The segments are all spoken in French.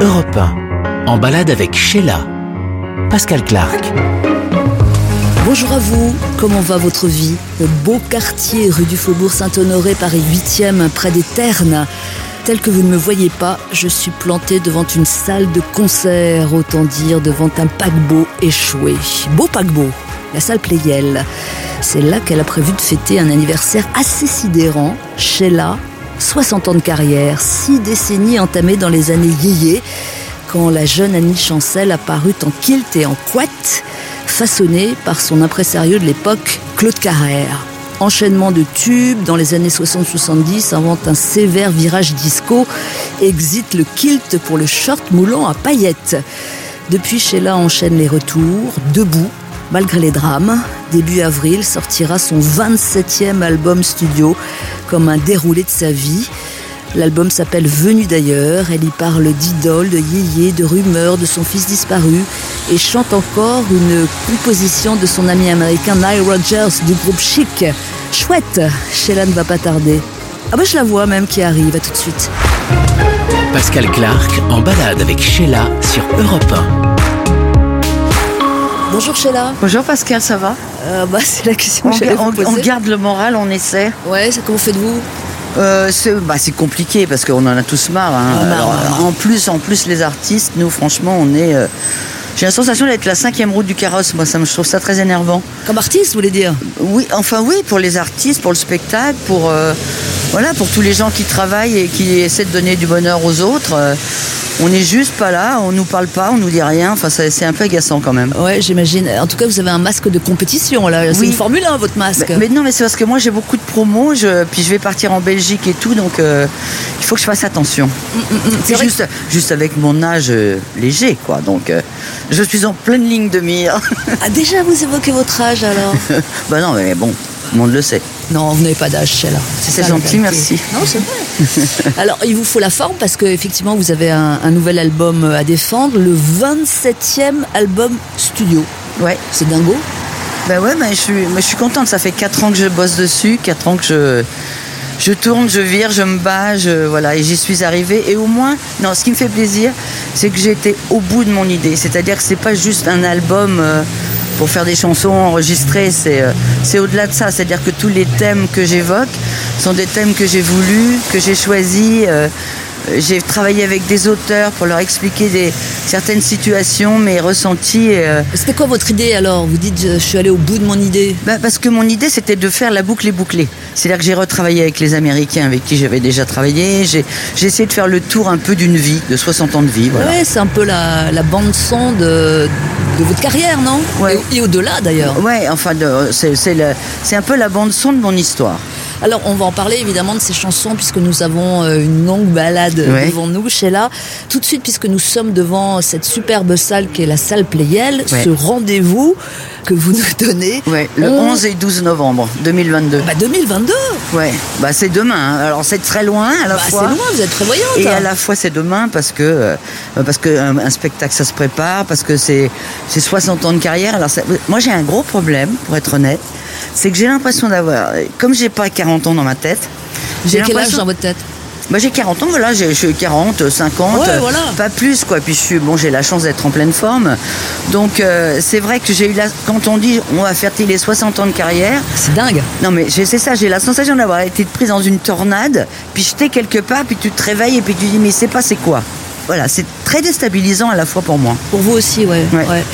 Europe 1, en balade avec Sheila. Pascal Clark. Bonjour à vous, comment va votre vie ? Au beau quartier rue du Faubourg Saint-Honoré, Paris 8e, près des Ternes. Tel que vous ne me voyez pas, je suis plantée devant une salle de concert, autant dire devant un paquebot échoué. Beau paquebot, la salle Pleyel. C'est là qu'elle a prévu de fêter un anniversaire assez sidérant. Sheila, 60 ans de carrière, 6 décennies entamées dans les années yéyé, quand la jeune Annie Chancel apparut en kilt et en couette, façonnée par son impresario de l'époque, Claude Carrère. Enchaînement de tubes, dans les années 60-70, invente un sévère virage disco, exit le kilt pour le short moulant à paillettes. Depuis, Sheila enchaîne les retours, debout, malgré les drames. Début avril sortira son 27e album studio, comme un déroulé de sa vie. L'album s'appelle Venue d'ailleurs, elle y parle d'idoles, de yéyé, de rumeurs, de son fils disparu et chante encore une composition de son ami américain Nile Rodgers du groupe Chic. Chouette, Sheila ne va pas tarder. Ah bah je la vois même qui arrive, à tout de suite. Pascal Clark en balade avec Sheila sur Europe 1. Bonjour Sheila. Bonjour Pascal, ça va ? C'est la question que j'allais vous poser. On garde le moral, on essaie. Ouais, comment faites-vous ? C'est compliqué parce qu'on en a tous marre. En plus, les artistes, nous, franchement, on est. J'ai la sensation d'être la 5e roue du carrosse. Moi, je trouve ça très énervant. Comme artiste, vous voulez dire ? Oui, pour les artistes, pour le spectacle, pour tous les gens qui travaillent et qui essaient de donner du bonheur aux autres. On n'est juste pas là, on nous parle pas, on nous dit rien. Enfin, c'est un peu agaçant quand même. Ouais, j'imagine. En tout cas, vous avez un masque de compétition là. C'est une Formule 1, votre masque. Mais non, mais c'est parce que moi j'ai beaucoup de promos. Puis je vais partir en Belgique et tout, donc il faut que je fasse attention. C'est juste avec mon âge léger, quoi. Donc je suis en pleine ligne de mire. Ah, déjà, vous évoquez votre âge alors ? Non, mais bon, tout le monde le sait. Non, vous n'avez pas d'âge, Sheila. C'est gentil, merci. Non, c'est vrai. Alors, il vous faut la forme parce qu'effectivement, vous avez un nouvel album à défendre, le 27e album studio. Ouais. C'est dingo. Je suis contente. Ça fait 4 ans que je bosse dessus, 4 ans que je tourne, je vire, je me bats, et j'y suis arrivée. Et au moins, ce qui me fait plaisir, c'est que j'ai été au bout de mon idée. C'est-à-dire que c'est pas juste un album pour faire des chansons enregistrées, c'est au-delà de ça. C'est-à-dire que tous les thèmes que j'évoque sont des thèmes que j'ai voulus, que j'ai choisis. J'ai travaillé avec des auteurs pour leur expliquer certaines situations, mes ressentis. C'était quoi votre idée alors ? Vous dites je suis allée au bout de mon idée. Parce que mon idée c'était de faire la boucle bouclée. C'est-à-dire que j'ai retravaillé avec les Américains avec qui j'avais déjà travaillé. J'ai essayé de faire le tour un peu d'une vie, de 60 ans de vie. Voilà. Ouais, c'est un peu la bande-son de votre carrière, non ? Ouais. Et au-delà d'ailleurs. Ouais, c'est un peu la bande-son de mon histoire. Alors, on va en parler évidemment de ces chansons puisque nous avons une longue balade devant nous, Sheila. Tout de suite, puisque nous sommes devant cette superbe salle qui est la salle Pleyel, ce rendez-vous que vous nous donnez. Ouais, le 11 et 12 novembre 2022. 2022 ? Ouais, c'est demain. Hein. Alors, c'est très loin à la fois. C'est loin, vous êtes prévoyante. Et à la fois, c'est demain parce que un spectacle, ça se prépare, parce que c'est 60 ans de carrière. Alors, moi, j'ai un gros problème, pour être honnête. C'est que j'ai l'impression d'avoir, comme j'ai pas 40 ans dans ma tête. J'ai quel âge dans votre tête ? J'ai 40 ans, voilà, je suis 40, 50, pas plus, quoi. Puis j'ai la chance d'être en pleine forme. Donc, c'est vrai que quand on dit on va fêter les 60 ans de carrière. C'est dingue. Non, mais c'est ça, j'ai la sensation d'avoir été prise dans une tornade, puis jeté quelque part, puis tu te réveilles et puis tu dis, mais c'est quoi ? Voilà, c'est très déstabilisant à la fois pour moi. Pour vous aussi, ouais.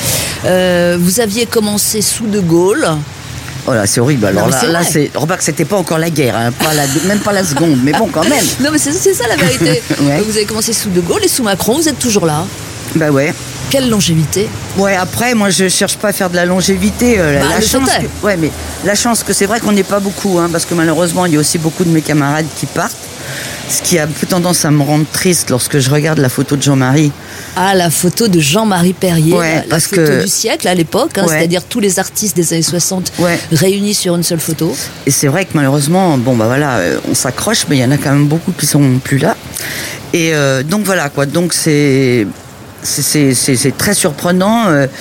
Vous aviez commencé sous De Gaulle. Oh là, c'est horrible. Alors remarque, c'était pas encore la guerre, hein, même pas la seconde, mais bon, quand même. Non, mais c'est ça la vérité. Vous avez commencé sous De Gaulle et sous Macron, vous êtes toujours là. Ouais. Quelle longévité. Ouais, après, moi, je cherche pas à faire de la longévité. La chance. Mais la chance que c'est vrai qu'on n'est pas beaucoup, hein, parce que malheureusement, il y a aussi beaucoup de mes camarades qui partent. Ce qui a un peu tendance à me rendre triste lorsque je regarde la photo de Jean-Marie. Ah, la photo de Jean-Marie Perrier, la photo du siècle à l'époque, c'est-à-dire tous les artistes des années 60 réunis sur une seule photo. Et c'est vrai que malheureusement, on s'accroche, mais il y en a quand même beaucoup qui sont plus là. Et donc voilà, quoi. Donc c'est très surprenant.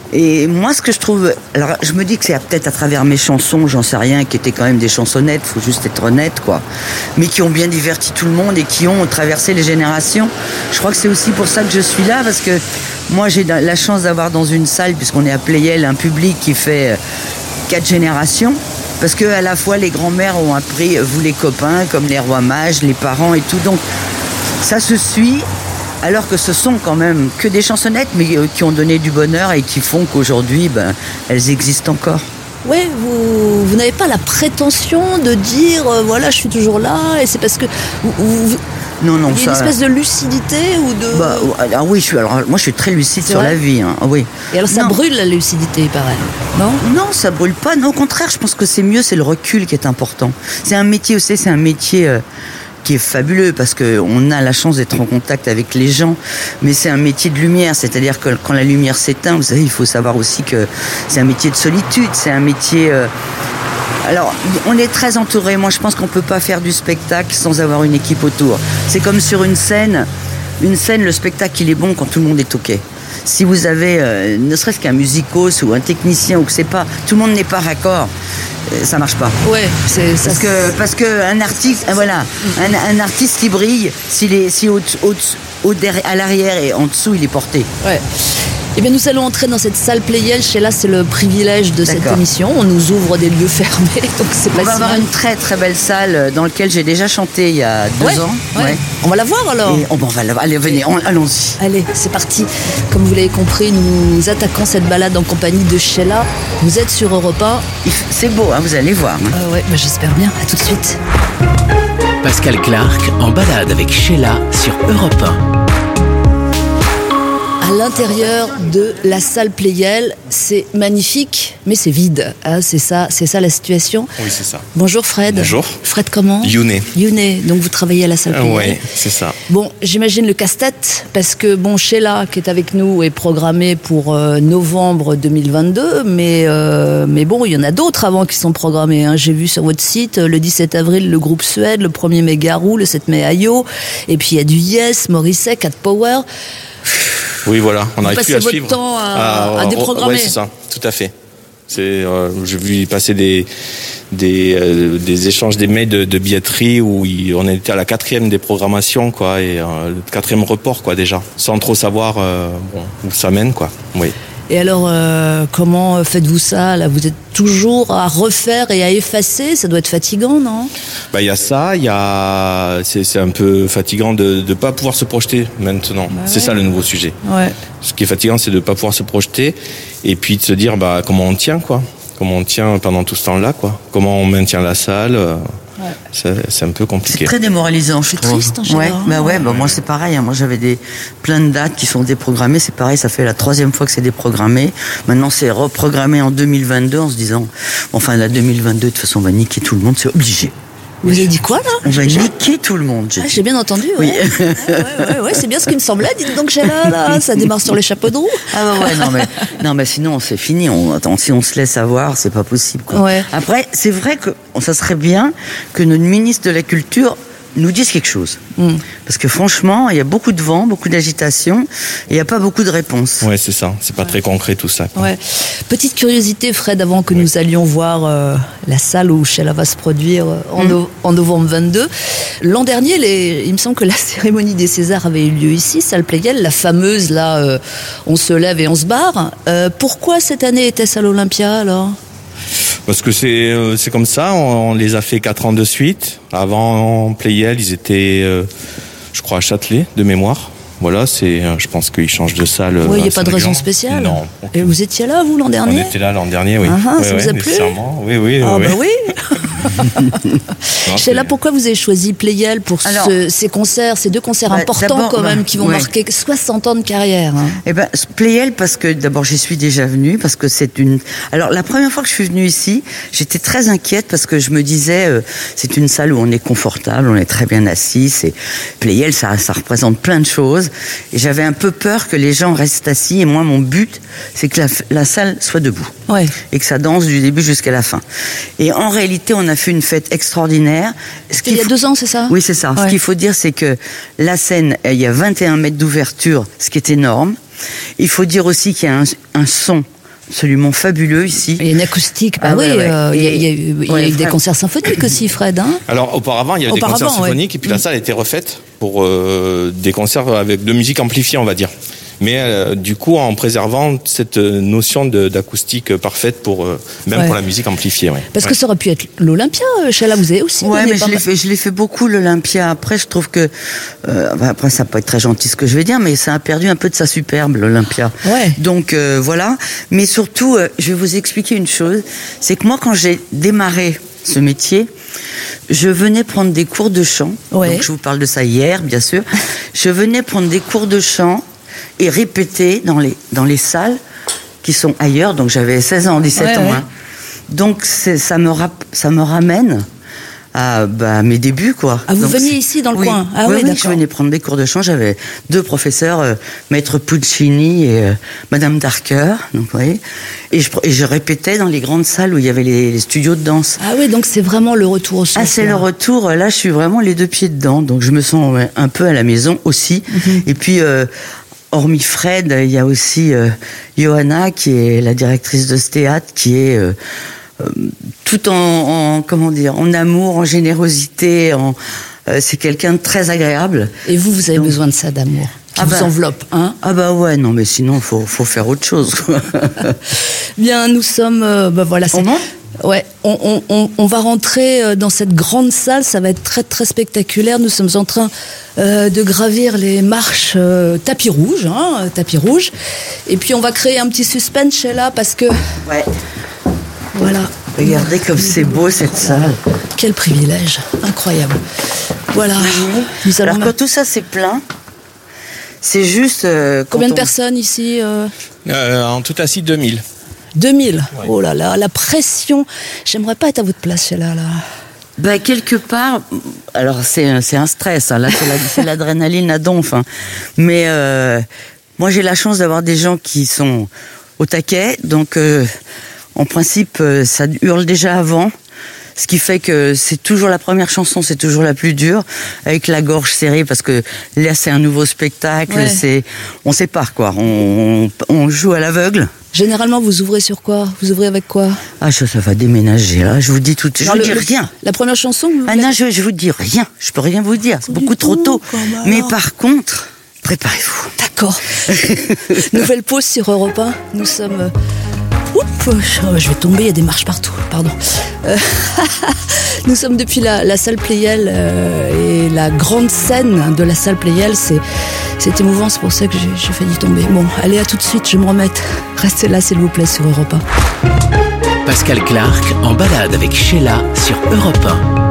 Et moi, ce que je trouve... Alors, je me dis que c'est peut-être à travers mes chansons, j'en sais rien, qui étaient quand même des chansonnettes, faut juste être honnête, quoi. Mais qui ont bien diverti tout le monde et qui ont traversé les générations. Je crois que c'est aussi pour ça que je suis là, parce que moi, j'ai la chance d'avoir dans une salle, puisqu'on est à Pleyel, un public qui fait 4 générations. Parce que à la fois, les grands-mères ont appris, vous les copains, comme les rois mages, les parents et tout. Donc, ça se suit... Alors que ce sont quand même que des chansonnettes, mais qui ont donné du bonheur et qui font qu'aujourd'hui, elles existent encore. Oui, vous n'avez pas la prétention de dire, voilà, je suis toujours là, et c'est parce que... Non, il y a une espèce de lucidité ou de... Oui, moi je suis très lucide sur la vie. Hein, oui. Et alors ça brûle la lucidité, il paraît. Non ? Non, ça brûle pas. Non, au contraire, je pense que c'est mieux, c'est le recul qui est important. C'est un métier, vous savez, c'est un métier... qui est fabuleux parce qu'on a la chance d'être en contact avec les gens, mais c'est un métier de lumière, c'est-à-dire que quand la lumière s'éteint, vous savez, il faut savoir aussi que c'est un métier de solitude, c'est un métier... Alors, on est très entouré, moi je pense qu'on ne peut pas faire du spectacle sans avoir une équipe autour. C'est comme sur une scène, le spectacle il est bon quand tout le monde est OK. Si vous avez ne serait-ce qu'un musicos ou un technicien ou que c'est pas, tout le monde n'est pas raccord, ça marche pas. Ouais, c'est ça. Parce que un artiste, voilà, un artiste qui brille, à l'arrière et en dessous il est porté. Ouais. Eh bien, nous allons entrer dans cette salle Pleyel. Sheila, c'est le privilège de cette émission. On nous ouvre des lieux fermés, donc c'est pas si mal. On va avoir une très très belle salle dans laquelle j'ai déjà chanté il y a 2 ans. Ouais. On va la voir alors. On va la voir. Allez, venez, allons-y. Allez, c'est parti. Comme vous l'avez compris, nous attaquons cette balade en compagnie de Sheila. Vous êtes sur Europe 1. C'est beau, hein, vous allez voir. Ouais, j'espère bien. À tout de suite. Pascal Clark en balade avec Sheila sur Europe 1. À l'intérieur de la salle Pleyel, c'est magnifique, mais c'est vide. Hein, c'est ça la situation. Oui, c'est ça. Bonjour Fred. Bonjour. Fred comment ? Youné. Donc vous travaillez à la salle Pleyel. Oui, c'est ça. Bon, j'imagine le casse-tête, parce que Sheila, qui est avec nous, est programmée pour novembre 2022, mais bon, il y en a d'autres avant qui sont programmés. Hein. J'ai vu sur votre site, le 17 avril, le groupe Suède, le 1er mai Garou, le 7 mai Ayo, et puis il y a du Yes, Morrissey, Cat Power. Oui, voilà, on n'arrive plus à suivre. Vous passez votre temps à déprogrammer. Oui, c'est ça, tout à fait. J'ai vu passer des échanges, des mails de billetterie où on était à la 4e des programmations, quoi, et le 4e report, quoi, déjà, sans trop savoir où ça mène, quoi. Oui. Et alors, comment faites-vous ça là ? Vous êtes toujours à refaire et à effacer ? Ça doit être fatigant, non ? Il y a ça, c'est un peu fatigant de ne pas pouvoir se projeter maintenant. C'est ça le nouveau sujet. Ouais. Ce qui est fatigant, c'est de ne pas pouvoir se projeter et puis de se dire comment on tient, quoi. Comment on tient pendant tout ce temps-là, quoi. Comment on maintient la salle. C'est un peu compliqué. C'est très démoralisant, je trouve. C'est triste en général. Moi c'est pareil. Hein. Moi j'avais plein de dates qui sont déprogrammées. C'est pareil, ça fait la 3e fois que c'est déprogrammé. Maintenant c'est reprogrammé en 2022 en se disant, la 2022 de toute façon on va niquer tout le monde, c'est obligé. Vous avez dit quoi là ? On va niquer tout le monde. J'ai bien entendu. Ouais. Oui. Ouais, c'est bien ce qui me semblait. Dites donc Sheila, là, ça démarre sur les chapeaux de roue. Non mais sinon c'est fini. Si on se laisse avoir, c'est pas possible. Quoi. Ouais. Après, c'est vrai que ça serait bien que notre ministre de la Culture nous dise quelque chose. Parce que franchement, il y a beaucoup de vent, beaucoup d'agitation, et il n'y a pas beaucoup de réponses. Ouais, c'est ça. C'est pas très concret tout ça. Ouais. Petite curiosité, Fred, avant que nous allions voir la salle où Sheila va se produire en novembre 22. L'an dernier, il me semble que la cérémonie des Césars avait eu lieu ici, salle Pleyel, la fameuse, là, on se lève et on se barre. Pourquoi cette année était-ce à l'Olympia, alors ? Parce que c'est comme ça, on les a fait 4 ans de suite. Avant, en Pleyel, ils étaient, je crois, à Châtelet, de mémoire. Voilà, je pense qu'ils changent de salle. Oui, il n'y a pas de raison spéciale. Non. Et vous étiez là, vous, l'an dernier ? On était là l'an dernier, oui. Ça vous a plu ? Oui. Ah, oui. Sheila, pourquoi vous avez choisi Pleyel pour ces concerts, ces 2 concerts importants quand même, qui vont marquer 60 ans de carrière Pleyel, parce que d'abord j'y suis déjà venue, parce que Alors la première fois que je suis venue ici, j'étais très inquiète parce que je me disais, c'est une salle où on est confortable, on est très bien assis, Pleyel, ça représente plein de choses, et j'avais un peu peur que les gens restent assis, et moi mon but, c'est que la salle soit debout, et que ça danse du début jusqu'à la fin. Et en réalité, on a fait une fête extraordinaire. Il y a 2 ans, c'est ça ? Oui, c'est ça. Ouais. Ce qu'il faut dire, c'est que la scène, il y a 21 mètres d'ouverture, ce qui est énorme. Il faut dire aussi qu'il y a un son absolument fabuleux ici. Il y a une acoustique, il y a eu des concerts symphoniques aussi, Fred. Hein, alors auparavant, il y a des concerts symphoniques, et puis la salle a été refaite pour des concerts avec de musique amplifiée, on va dire. Mais du coup, en préservant cette notion d'acoustique parfaite pour même pour la musique amplifiée. Ouais. Parce que ça aurait pu être l'Olympia, Sheila, vous avez aussi. Ouais, mais je l'ai fait beaucoup l'Olympia. Après, je trouve que après ça peut être très gentil ce que je vais dire, mais ça a perdu un peu de sa superbe l'Olympia. Ouais. Donc voilà. Mais surtout, je vais vous expliquer une chose, c'est que moi, quand j'ai démarré ce métier, je venais prendre des cours de chant. Ouais. Donc je vous parle de ça hier, bien sûr. Je venais prendre des cours de chant et répéter dans les salles qui sont ailleurs. Donc j'avais 16 ans, 17 ans. Hein. Donc ça me ramène à mes débuts, quoi. Ah, vous veniez ici dans le coin? Ah oui, je venais prendre des cours de chant. J'avais 2 professeurs, Maître Puccini et Madame Darker. Donc, vous voyez, et je répétais dans les grandes salles où il y avait les studios de danse. Ah oui, donc c'est vraiment le retour au sens. Ah, c'est le retour. Là, je suis vraiment les 2 pieds dedans. Donc je me sens un peu à la maison aussi. Mm-hmm. Et puis hormis Fred, il y a aussi Johanna, qui est la directrice de ce théâtre, qui est tout en amour, en générosité, c'est quelqu'un de très agréable. Et vous avez besoin de ça, d'amour, qui vous enveloppe, hein? Ah bah ouais, non mais sinon faut faire autre chose. Bien, nous sommes, voilà. On monte ? Ouais, on va rentrer dans cette grande salle, ça va être très très spectaculaire. Nous sommes en train de gravir les marches tapis rouge, et puis on va créer un petit suspense chez là parce que. Ouais. Voilà. Regardez comme c'est beau cette salle. Quel privilège, incroyable. Voilà. Alors quand tout ça c'est plein, c'est juste. Combien de personnes ici En tout assis 2000. 2000. Ouais. Oh là là, la pression. J'aimerais pas être à votre place, Sheila, là. Quelque part, alors c'est un stress, hein. Là c'est l'adrénaline à donf, hein. Mais moi j'ai la chance d'avoir des gens qui sont au taquet, donc en principe ça hurle déjà avant, ce qui fait que c'est toujours la première chanson, c'est toujours la plus dure, avec la gorge serrée, parce que là c'est un nouveau spectacle, on sait pas quoi, on joue à l'aveugle. Généralement, vous ouvrez sur quoi? Vous ouvrez avec quoi? Ah, ça va déménager, là. Je vous dis tout. Je vous dis rien. La première chanson? Non, je vous dis rien. Je peux rien vous dire. C'est beaucoup trop tôt. Mais par contre, préparez-vous. D'accord. Nouvelle pause sur Europe 1. Nous sommes... je vais tomber, il y a des marches partout. Pardon. Nous sommes depuis la salle Pleyel et la grande scène de la salle Pleyel, c'est émouvant, c'est pour ça que j'ai failli tomber. Bon, allez, à tout de suite, je me remette. Restez là, s'il vous plaît, sur Europe 1. Pascal Clark en balade avec Sheila sur Europe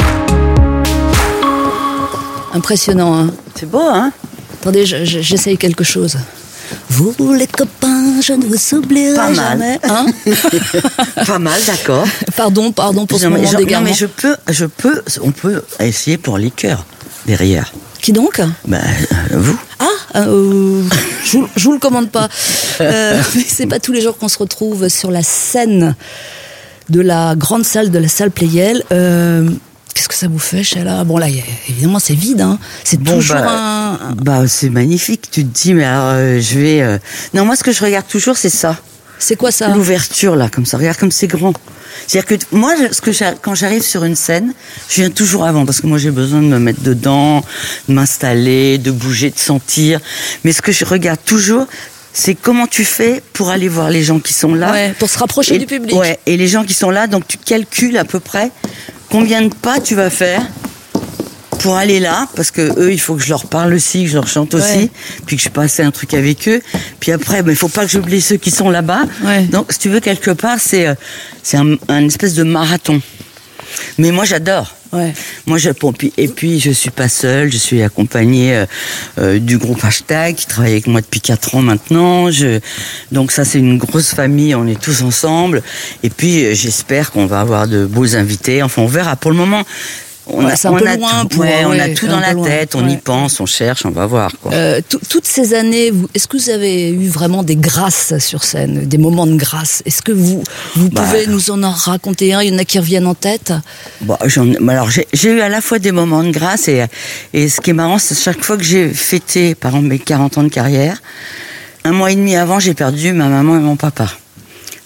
1. Impressionnant, hein? C'est beau, hein? Attendez, j'essaye quelque chose. Vous les copains, je ne vous oublierai pas jamais. Hein? Pas mal, d'accord. Pardon pour ce moment d'égarement. Non, mais on peut essayer pour les chœurs derrière. Qui donc? Vous. Ah, je vous le commande pas. Mais c'est pas tous les jours qu'on se retrouve sur la scène de la grande salle de la salle Pleyel. Qu'est-ce que ça vous fait, Sheila? Bon, là, évidemment, c'est vide, hein. C'est toujours c'est magnifique. Tu te dis, mais alors, je vais... Non, moi, ce que je regarde toujours, c'est ça. C'est quoi ça? L'ouverture, là, comme ça. Regarde comme c'est grand. C'est-à-dire que moi, quand j'arrive sur une scène, je viens toujours avant, parce que moi, j'ai besoin de me mettre dedans, de m'installer, de bouger, de sentir. Mais ce que je regarde toujours, c'est comment tu fais pour aller voir les gens qui sont là. Ouais, pour se rapprocher du public. Ouais, et les gens qui sont là, donc tu calcules à peu près combien de pas tu vas faire pour aller là, parce que eux, il faut que je leur parle aussi, que je leur chante aussi, puis que je passe un truc avec eux. Puis après, il faut pas que j'oublie ceux qui sont là-bas. Ouais. Donc, si tu veux, quelque part, c'est un espèce de marathon. Mais moi, j'adore. Ouais. Moi, et puis, je suis pas seule, je suis accompagnée du groupe Hashtag, qui travaille avec moi depuis 4 ans maintenant. Donc ça, c'est une grosse famille, on est tous ensemble. Et puis, j'espère qu'on va avoir de beaux invités. Enfin, on verra. Pour le moment, on a tout dans la tête, on y pense, on cherche, on va voir, quoi. Toutes ces années, est-ce que vous avez eu vraiment des grâces sur scène, des moments de grâce? Est-ce que vous pouvez nous en raconter un? Il y en a qui reviennent en tête? Alors j'ai eu à la fois des moments de grâce et ce qui est marrant, c'est chaque fois que j'ai fêté, par exemple, mes 40 ans de carrière, 1 mois et demi avant, j'ai perdu ma maman et mon papa.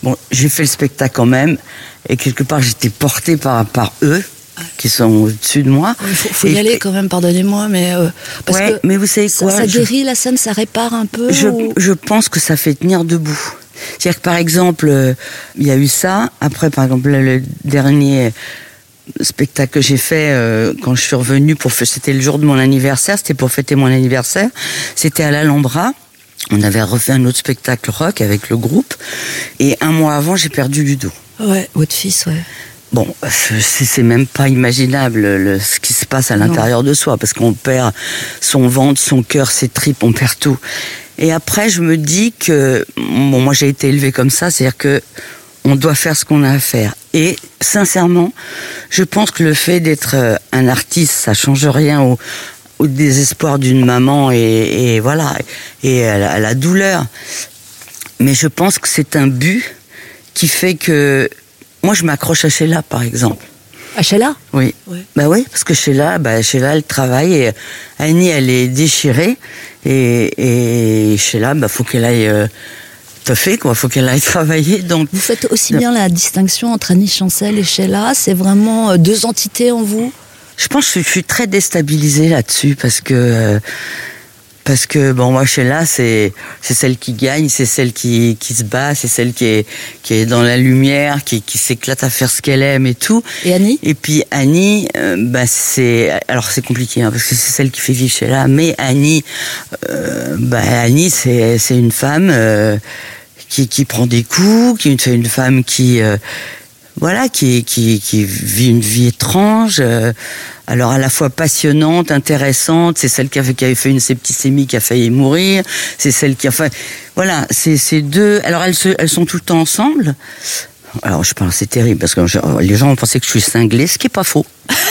Bon, j'ai fait le spectacle quand même, et quelque part j'étais portée par eux, qui sont au-dessus de moi. Il faut y aller quand même, pardonnez-moi, mais parce que mais vous savez quoi, ça guérit la scène, ça répare un peu. Je pense que ça fait tenir debout. C'est-à-dire que par exemple, il y a eu ça. Après, par exemple, le dernier spectacle que j'ai fait quand je suis revenue c'était le jour de mon anniversaire, c'était pour fêter mon anniversaire. C'était à l'Alhambra. On avait refait un autre spectacle rock avec le groupe, et un mois avant, j'ai perdu Ludo. Ouais, votre fils, ouais. Bon, c'est même pas imaginable ce qui se passe à l'intérieur de soi, parce qu'on perd son ventre, son cœur, ses tripes, on perd tout. Et après, je me dis que, bon, moi j'ai été élevée comme ça, c'est-à-dire que on doit faire ce qu'on a à faire. Et sincèrement, je pense que le fait d'être un artiste, ça change rien au désespoir d'une maman et voilà, et à la douleur. Mais je pense que c'est un but qui fait que moi je m'accroche à Sheila, par exemple. À Sheila ? Oui. Ouais. Bah oui, parce que Sheila elle travaille, et Annie elle est déchirée, et Sheila faut qu'elle aille toffer, quoi, faut qu'elle aille travailler. Donc vous faites aussi bien la distinction entre Annie Chancel et Sheila, c'est vraiment deux entités en vous ? Je pense que je suis très déstabilisée là-dessus, parce que bon, moi Sheila c'est celle qui gagne, c'est celle qui se bat, c'est celle qui est dans la lumière, qui s'éclate à faire ce qu'elle aime et tout. Et Annie ? Et puis Annie, c'est compliqué, hein, parce que c'est celle qui fait vivre Sheila, mais Annie c'est une femme qui prend des coups, qui est une femme qui vit une vie étrange, alors à la fois passionnante, intéressante. C'est celle qui avait fait une septicémie, qui a failli mourir. C'est celle qui, voilà, c'est deux. Alors elles sont tout le temps ensemble. Alors je pense c'est terrible, parce que les gens ont pensé que je suis cinglée, ce qui est pas faux.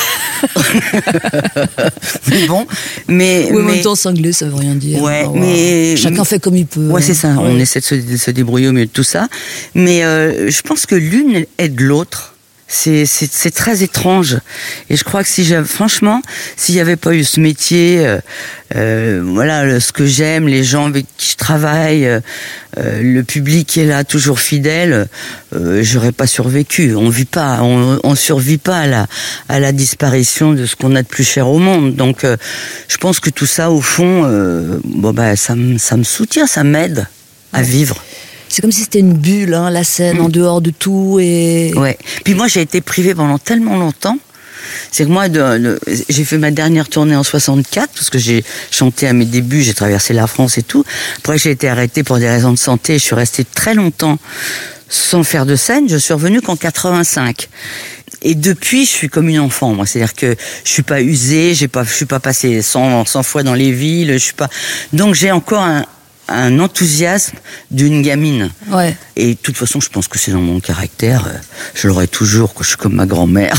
Mais bon, mais en même temps cinglé, ça veut rien dire. Ouais, mais chacun fait comme il peut. Ouais, c'est ça. Ouais. On essaie de se débrouiller au milieu de tout ça. Mais je pense que l'une aide l'autre. C'est très étrange, et je crois que s'il y avait pas eu ce métier, ce que j'aime, les gens avec qui je travaille, le public qui est là toujours fidèle, j'aurais pas survécu. On survit pas à la disparition de ce qu'on a de plus cher au monde. Donc je pense que tout ça, au fond, ça me soutient, ça m'aide à vivre. C'est comme si c'était une bulle, hein, la scène, en dehors de tout. Et... Ouais. Puis moi, j'ai été privée pendant tellement longtemps. C'est que moi, j'ai fait ma dernière tournée en 64, parce que j'ai chanté à mes débuts, j'ai traversé la France et tout. Après, j'ai été arrêtée pour des raisons de santé. Je suis restée très longtemps sans faire de scène. Je suis revenue qu'en 85. Et depuis, je suis comme une enfant, moi. C'est-à-dire que je suis pas usée, je suis pas passée 100 fois dans les villes, donc j'ai encore un enthousiasme d'une gamine. Ouais. Et de toute façon, je pense que c'est dans mon caractère. Je l'aurai toujours, que je suis comme ma grand-mère.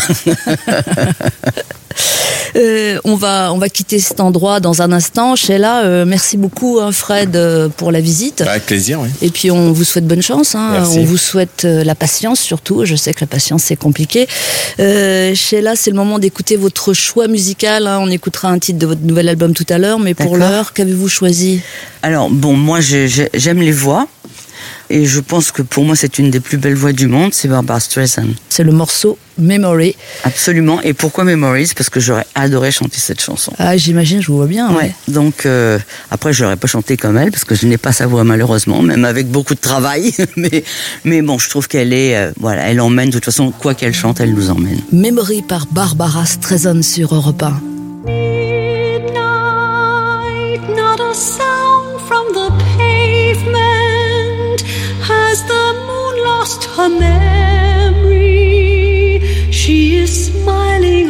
On va quitter cet endroit dans un instant. Sheila, merci beaucoup, Fred, pour la visite. Avec plaisir, oui. Et puis on vous souhaite bonne chance. Merci. On vous souhaite la patience surtout. Je sais que la patience c'est compliqué. Sheila, c'est le moment d'écouter votre choix musical. On écoutera un titre de votre nouvel album tout à l'heure, mais pour l'heure, qu'avez-vous choisi ? Alors bon, moi j'aime les voix. Et je pense que pour moi, c'est une des plus belles voix du monde, c'est Barbra Streisand. C'est le morceau Memory. Absolument. Et pourquoi Memories ? Parce que j'aurais adoré chanter cette chanson. Ah, j'imagine, je vous vois bien. Ouais. Donc, après, je n'aurais pas chanté comme elle, parce que je n'ai pas sa voix, malheureusement, même avec beaucoup de travail. mais bon, je trouve qu'elle est, elle emmène, de toute façon, quoi qu'elle chante, elle nous emmène. Memory par Barbra Streisand sur Europe 1. Midnight, not a sound from the pavement. Has the moon lost her memory? She is smiling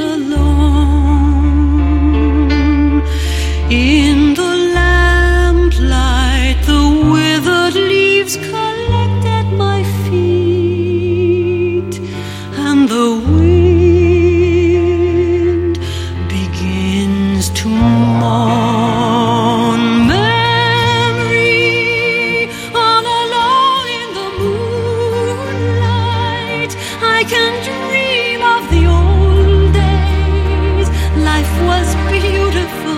alone. In the lamplight, the withered leaves collect at my feet, and the wind begins to mourn. I can dream of the old days. Life was beautiful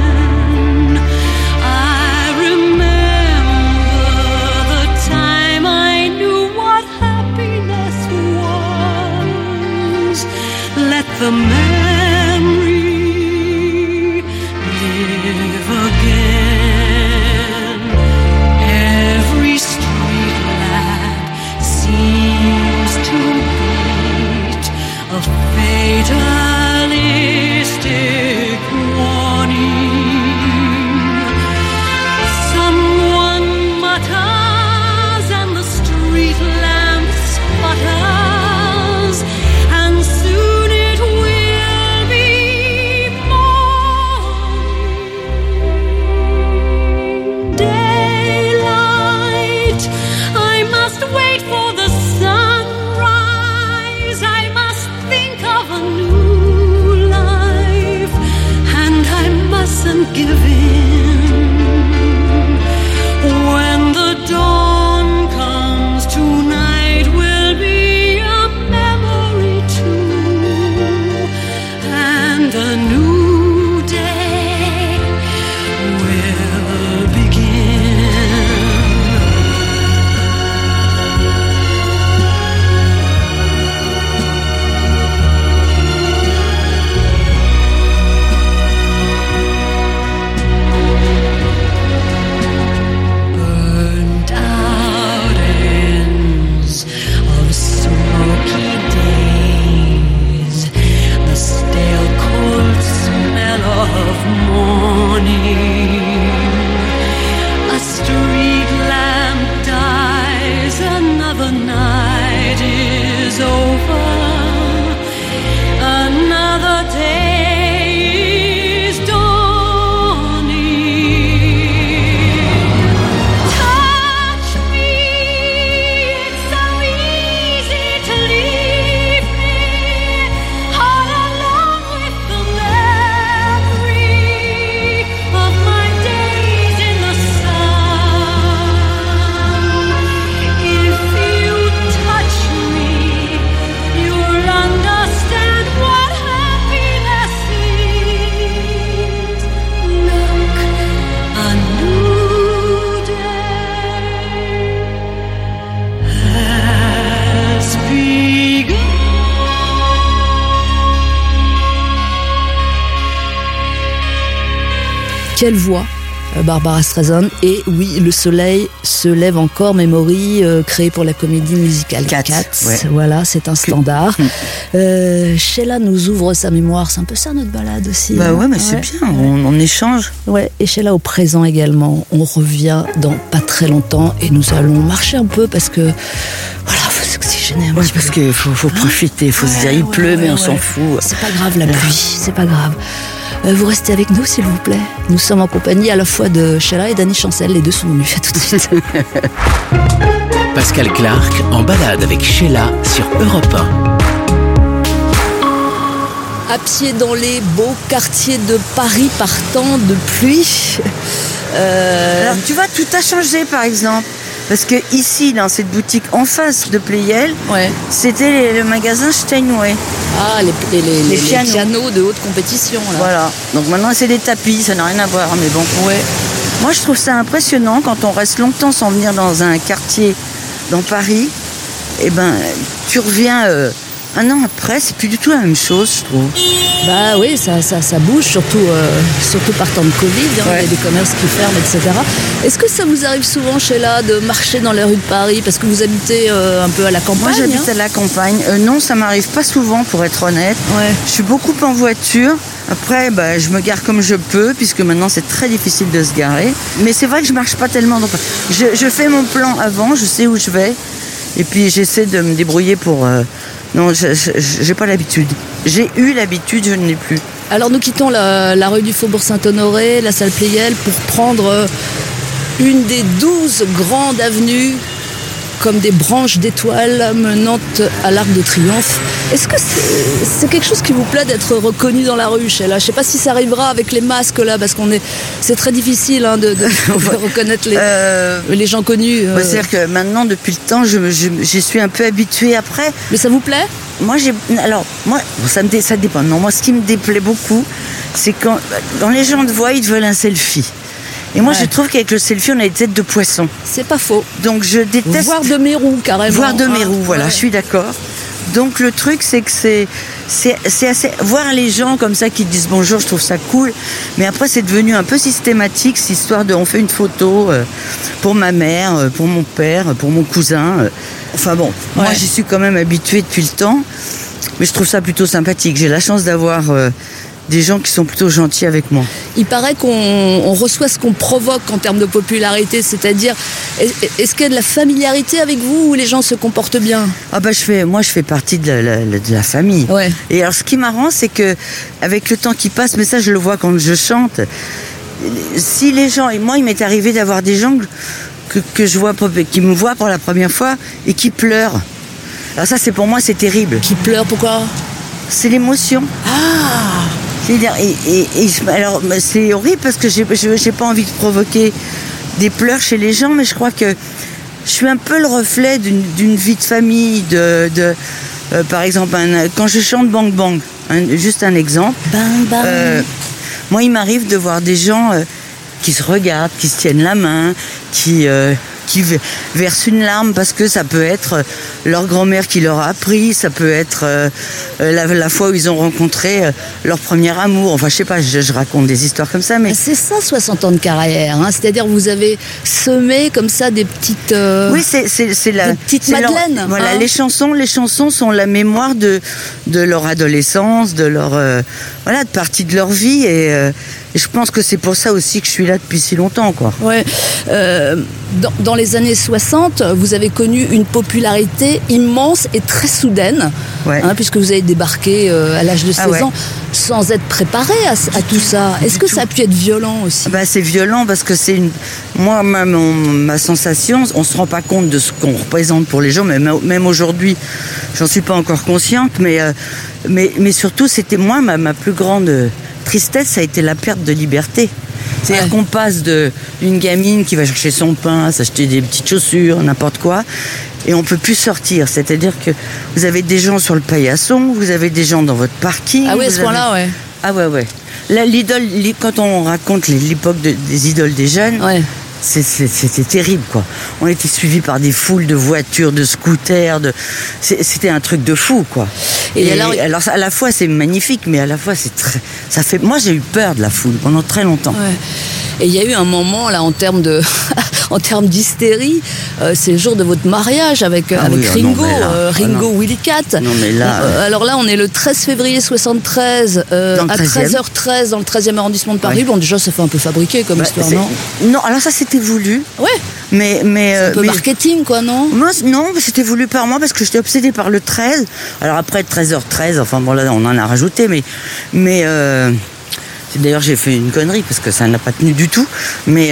then. I remember the time Quelle voix, Barbara Streisand. Et oui, le soleil se lève encore, Memory, créé pour la comédie musicale Cats. Ouais. Voilà, c'est un standard. Sheila nous ouvre sa mémoire, c'est un peu ça notre balade aussi. Bah ouais, mais c'est bien, on échange. Ouais, et Sheila au présent également. On revient dans pas très longtemps et nous allons marcher un peu parce que voilà, faut s'oxygéner un petit peu. Parce qu'il faut profiter, il faut se dire il pleut, mais on s'en fout. C'est pas grave la pluie, c'est pas grave. Vous restez avec nous s'il vous plaît. Nous sommes en compagnie à la fois de Sheila et d'Annie Chancel, les deux sont venus. À tout de suite. Pascal Clark en balade avec Sheila sur Europe 1. À pied dans les beaux quartiers de Paris par temps de pluie. Alors tu vois, tout a changé par exemple. Parce que ici, dans cette boutique en face de Pleyel, c'était le magasin Steinway. Ah, les pianos de haute compétition. Là. Voilà. Donc maintenant, c'est des tapis, ça n'a rien à voir, mais bon. Ouais. Moi, je trouve ça impressionnant quand on reste longtemps sans venir dans un quartier dans Paris. Et ben, tu reviens un an après, c'est plus du tout la même chose, je trouve. Bah oui, ça bouge, surtout par temps de Covid, il y a des commerces qui ferment, etc. Est-ce que ça vous arrive souvent, Sheila, de marcher dans les rues de Paris parce que vous habitez un peu à la campagne? Moi, j'habite à la campagne. Non, ça m'arrive pas souvent, pour être honnête. Ouais. Je suis beaucoup en voiture. Après, je me gare comme je peux, puisque maintenant, c'est très difficile de se garer. Mais c'est vrai que je marche pas tellement. Donc, je fais mon plan avant, je sais où je vais. Et puis, j'essaie de me débrouiller pour... Non, j'ai pas l'habitude. J'ai eu l'habitude, je ne l'ai plus. Alors nous quittons la rue du Faubourg Saint-Honoré, la salle Pleyel, pour prendre une des 12 grandes avenues comme des branches d'étoiles menant à l'Arc de Triomphe. Est-ce que c'est quelque chose qui vous plaît d'être reconnu dans la rue, Sheila? Je ne sais pas si ça arrivera avec les masques là, parce c'est très difficile de reconnaître les gens connus. C'est-à-dire que maintenant, depuis le temps, j'y suis un peu habituée après. Mais ça vous plaît? Moi, ça dépend. Non, moi, ce qui me déplaît beaucoup, c'est quand les gens te voient, ils te veulent un selfie. Et moi, je trouve qu'avec le selfie, on a des têtes de poisson. C'est pas faux. Donc, je déteste... Voir de mes roues, carrément. Voir de mes roues, voilà, je suis d'accord. Donc, le truc, c'est que c'est assez... Voir les gens comme ça qui te disent bonjour, je trouve ça cool. Mais après, c'est devenu un peu systématique, cette histoire on fait une photo pour ma mère, pour mon père, pour mon cousin. Enfin bon, moi, j'y suis quand même habituée depuis le temps. Mais je trouve ça plutôt sympathique. J'ai la chance d'avoir... des gens qui sont plutôt gentils avec moi. Il paraît qu'on reçoit ce qu'on provoque en termes de popularité, c'est-à-dire, est-ce qu'il y a de la familiarité avec vous ou les gens se comportent bien? Moi je fais partie de la famille. Ouais. Et alors ce qui est marrant, c'est que avec le temps qui passe, mais ça je le vois quand je chante, si les gens, et moi il m'est arrivé d'avoir des gens que je vois, qui me voient pour la première fois et qui pleurent. Alors ça pour moi c'est terrible. Qui pleurent, pourquoi? C'est l'émotion. Ah! Alors, c'est horrible parce que j'ai pas envie de provoquer des pleurs chez les gens, mais je crois que je suis un peu le reflet d'une vie de famille, par exemple, quand je chante Bang Bang, juste un exemple. Bang Bang. Moi, il m'arrive de voir des gens qui se regardent, qui se tiennent la main, qui versent une larme parce que ça peut être leur grand-mère qui leur a appris, ça peut être la fois où ils ont rencontré leur premier amour. Enfin, je sais pas, je raconte des histoires comme ça, mais... C'est ça, 60 ans de carrière, hein. C'est-à-dire que vous avez semé comme ça des petites... Oui, c'est la... Des petites madeleines. Voilà, les chansons sont la mémoire de leur adolescence, de leur... de partie de leur vie, et je pense que c'est pour ça aussi que je suis là depuis si longtemps, quoi. Ouais. Dans les années 60, vous avez connu une popularité immense et très soudaine, puisque vous avez débarqué à l'âge de 16 ans sans être préparé à tout ça. Est-ce que ça a pu être violent aussi? C'est violent parce que moi, ma sensation, on se rend pas compte de ce qu'on représente pour les gens, mais même aujourd'hui, j'en suis pas encore consciente, mais surtout, c'était moi, ma plus grande tristesse, ça a été la perte de liberté. C'est-à-dire qu'on passe d'une gamine qui va chercher son pain, s'acheter des petites chaussures, n'importe quoi, et on peut plus sortir. C'est-à-dire que vous avez des gens sur le paillasson, vous avez des gens dans votre parking. Ah oui, à ce point-là, ouais. Ah ouais. Là, quand on raconte l'époque des idoles des jeunes, c'était terrible, quoi. On était suivis par des foules de voitures, de scooters, c'était un truc de fou, quoi. Et alors, à la fois c'est magnifique, mais à la fois ça fait. Moi, j'ai eu peur de la foule pendant très longtemps. Ouais. Et il y a eu un moment, là, en termes d'hystérie, c'est le jour de votre mariage avec Ringo, Ringo Willy Cat. Non, mais là... alors là, on est le 13 février 73, à 13h13, dans le 13e arrondissement de Paris. Oui. Bon, déjà, ça fait un peu fabriqué comme histoire, non? Non, alors ça, c'était voulu. Ouais. Mais c'est un peu marketing, quoi, non? Moi, non, c'était voulu par moi parce que j'étais obsédée par le 13. Alors après 13h13, enfin bon là on en a rajouté, mais d'ailleurs j'ai fait une connerie parce que ça n'a pas tenu du tout. Mais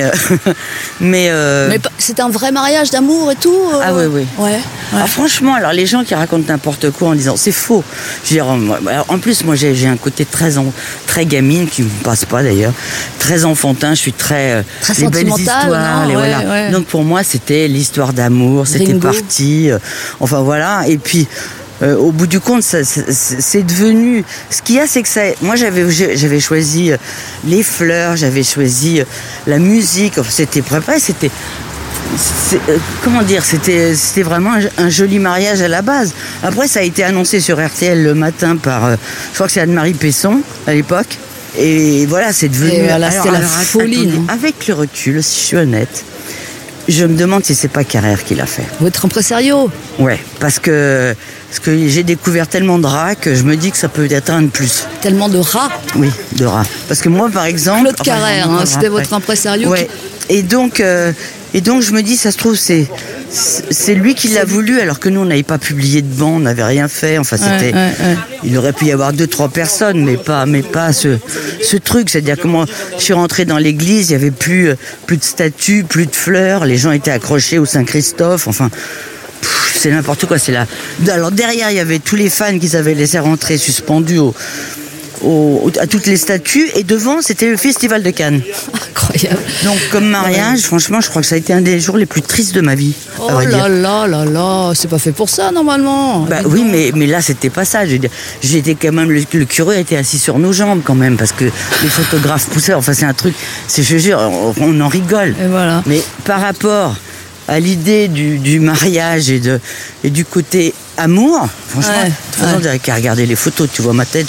c'est un vrai mariage d'amour et tout. Ah oui. Ouais. Alors, franchement, alors les gens qui racontent n'importe quoi en disant c'est faux. Je veux dire, en plus moi j'ai un côté très gamine qui me passe pas d'ailleurs, très enfantin. Je suis très les belles histoires. Ouais. Donc pour moi c'était l'histoire d'amour, c'était Ringo. parti. Enfin voilà. Et puis au bout du compte, c'est devenu. Ce qu'il y a, c'est que moi, j'avais choisi les fleurs, j'avais choisi la musique. Enfin, c'était préparé. Comment dire, c'était vraiment un joli mariage à la base. Après, ça a été annoncé sur RTL le matin par, je crois que c'est Anne-Marie Pesson à l'époque. Et voilà, c'est devenu. Et voilà, c'était la folie. Attendez, avec le recul, si je suis honnête, je me demande si c'est pas Carrère qui l'a fait. Votre impresario. Ouais, parce que j'ai découvert tellement de rats que je me dis que ça peut être un de plus. Tellement de rats. Oui, de rats. Parce que moi, par exemple... Claude Carrère, c'était votre impresario. Ouais. Et donc, je me dis, ça se trouve, c'est lui qui l'a voulu, alors que nous, on n'avait pas publié de bande, on n'avait rien fait. Enfin, c'était... Il aurait pu y avoir 2-3 personnes, mais pas ce truc. C'est-à-dire que moi, je suis rentrée dans l'église, il n'y avait plus de statues, plus de fleurs, les gens étaient accrochés au Saint-Christophe, enfin... C'est n'importe quoi, c'est là. Alors derrière, il y avait tous les fans qu'ils avaient laissé rentrer suspendus à toutes les statues, et devant, c'était le Festival de Cannes. Incroyable. Donc comme mariage, franchement, je crois que ça a été un des jours les plus tristes de ma vie. Oh là, c'est pas fait pour ça normalement. Bah oui, mais là, c'était pas ça. Je veux dire, j'étais quand même le curé était assis sur nos jambes quand même parce que les photographes poussaient. Enfin, c'est un truc. Je jure, on en rigole. Et voilà. Mais par rapport à l'idée du mariage et du côté amour, franchement, de toute façon, j'avais qu'à regarder les photos, tu vois ma tête.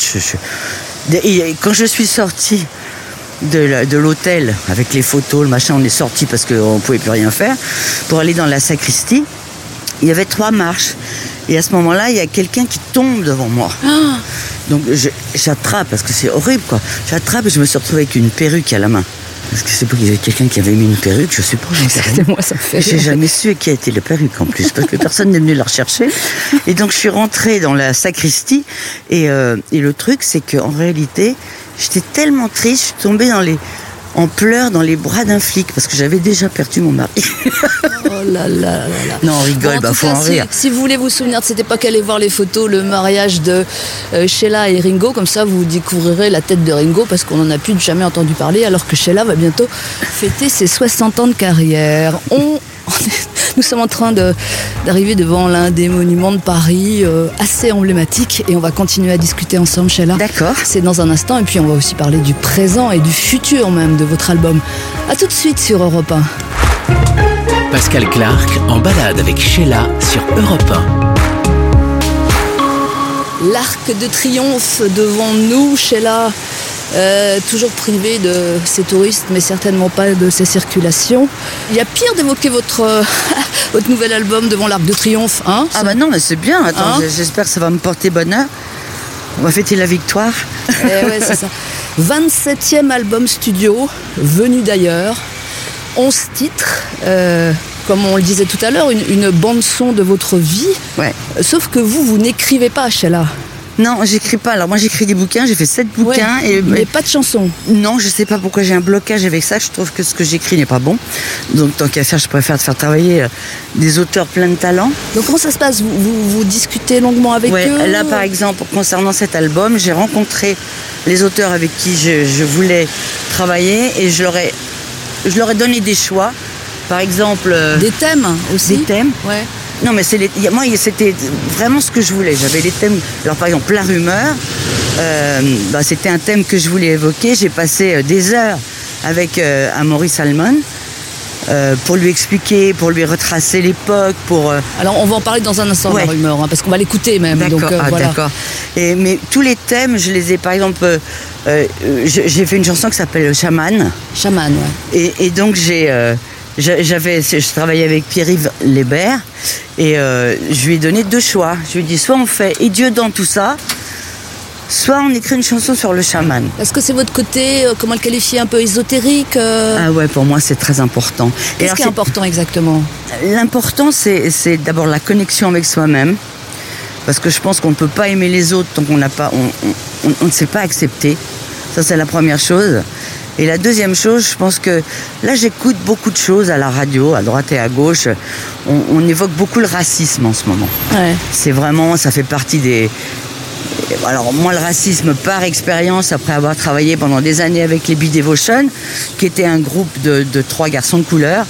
Et quand je suis sortie de l'hôtel avec les photos, le machin, on est sorti parce qu'on ne pouvait plus rien faire, pour aller dans la sacristie, il y avait 3 marches. Et à ce moment-là, il y a quelqu'un qui tombe devant moi. Ah. Donc j'attrape, parce que c'est horrible, quoi. J'attrape et je me suis retrouvée avec une perruque à la main. Parce que c'est pas qu'il y avait quelqu'un qui avait mis une perruque, je sais pas. C'était moi, ça me fait. J'ai jamais su qui a été la perruque en plus, parce que personne n'est venu la rechercher. Et donc je suis rentrée dans la sacristie, et le truc, c'est qu'en réalité, j'étais tellement triste, je suis tombée en pleurs dans les bras d'un flic, parce que j'avais déjà perdu mon mari. Oh là là. Non, on rigole, Bon, faut en rire. Si vous voulez vous souvenir de cette époque, allez voir les photos, le mariage de Sheila et Ringo, comme ça vous découvrirez la tête de Ringo, parce qu'on n'en a plus jamais entendu parler, alors que Sheila va bientôt fêter ses 60 ans de carrière. Nous sommes en train d'arriver devant l'un des monuments de Paris, assez emblématique, et on va continuer à discuter ensemble, Sheila. D'accord. C'est dans un instant, et puis on va aussi parler du présent et du futur même de votre album. A tout de suite sur Europe 1. Pascal Clark en balade avec Sheila sur Europe 1. L'arc de triomphe devant nous, Sheila. Toujours privé de ses touristes, mais certainement pas de ses circulations. Il y a pire d'évoquer votre nouvel album devant l'Arc de Triomphe, hein? Ah bah non, mais c'est bien. Attends, j'espère que ça va me porter bonheur. On va fêter la victoire. Ouais, c'est ça. 27e album studio, venu d'ailleurs. 11 titres. Comme on le disait tout à l'heure, une bande-son de votre vie. Ouais. Sauf que vous n'écrivez pas, Sheila. Non, j'écris pas. Alors moi j'écris des bouquins, j'ai fait 7 bouquins. Ouais, mais pas de chansons. Non, je sais pas pourquoi j'ai un blocage avec ça. Je trouve que ce que j'écris n'est pas bon. Donc tant qu'à faire, je préfère faire travailler des auteurs pleins de talent. Donc comment ça se passe, vous discutez longuement avec eux? Là par exemple, concernant cet album, j'ai rencontré les auteurs avec qui je voulais travailler et je leur ai donné des choix. Par exemple... Des thèmes aussi? Des thèmes. Ouais. Non, mais moi, c'était vraiment ce que je voulais. J'avais les thèmes. Alors, par exemple, la rumeur, c'était un thème que je voulais évoquer. J'ai passé des heures avec Amaury Salmon. pour lui expliquer, pour lui retracer l'époque, pour... Alors on va en parler dans un instant, Ouais. la rumeur, hein, parce qu'on va l'écouter même. D'accord, Donc, voilà. d'accord. Mais tous les thèmes, je les ai, par exemple, j'ai fait une chanson qui s'appelle Chaman. Chaman, ouais. Et donc je travaillais avec Pierre-Yves Lébert et je lui ai donné 2 choix. Je lui ai dit soit on fait Et Dieu dans tout ça, soit on écrit une chanson sur le chaman. Est-ce que c'est votre côté, comment le qualifier, un peu ésotérique Ah ouais, pour moi c'est très important. Qu'est-ce qui est important exactement? L'important c'est d'abord la connexion avec soi-même. Parce que je pense qu'on ne peut pas aimer les autres tant qu'on n'a pas, on ne sait pas accepter. Ça c'est la première chose. Et la deuxième chose, je pense que là j'écoute beaucoup de choses à la radio, à droite et à gauche. On évoque beaucoup le racisme en ce moment. Ouais. C'est vraiment, ça fait partie des... Alors moi le racisme par expérience, après avoir travaillé pendant des années avec les Be-Devotion, qui était un groupe de 3 garçons de couleur,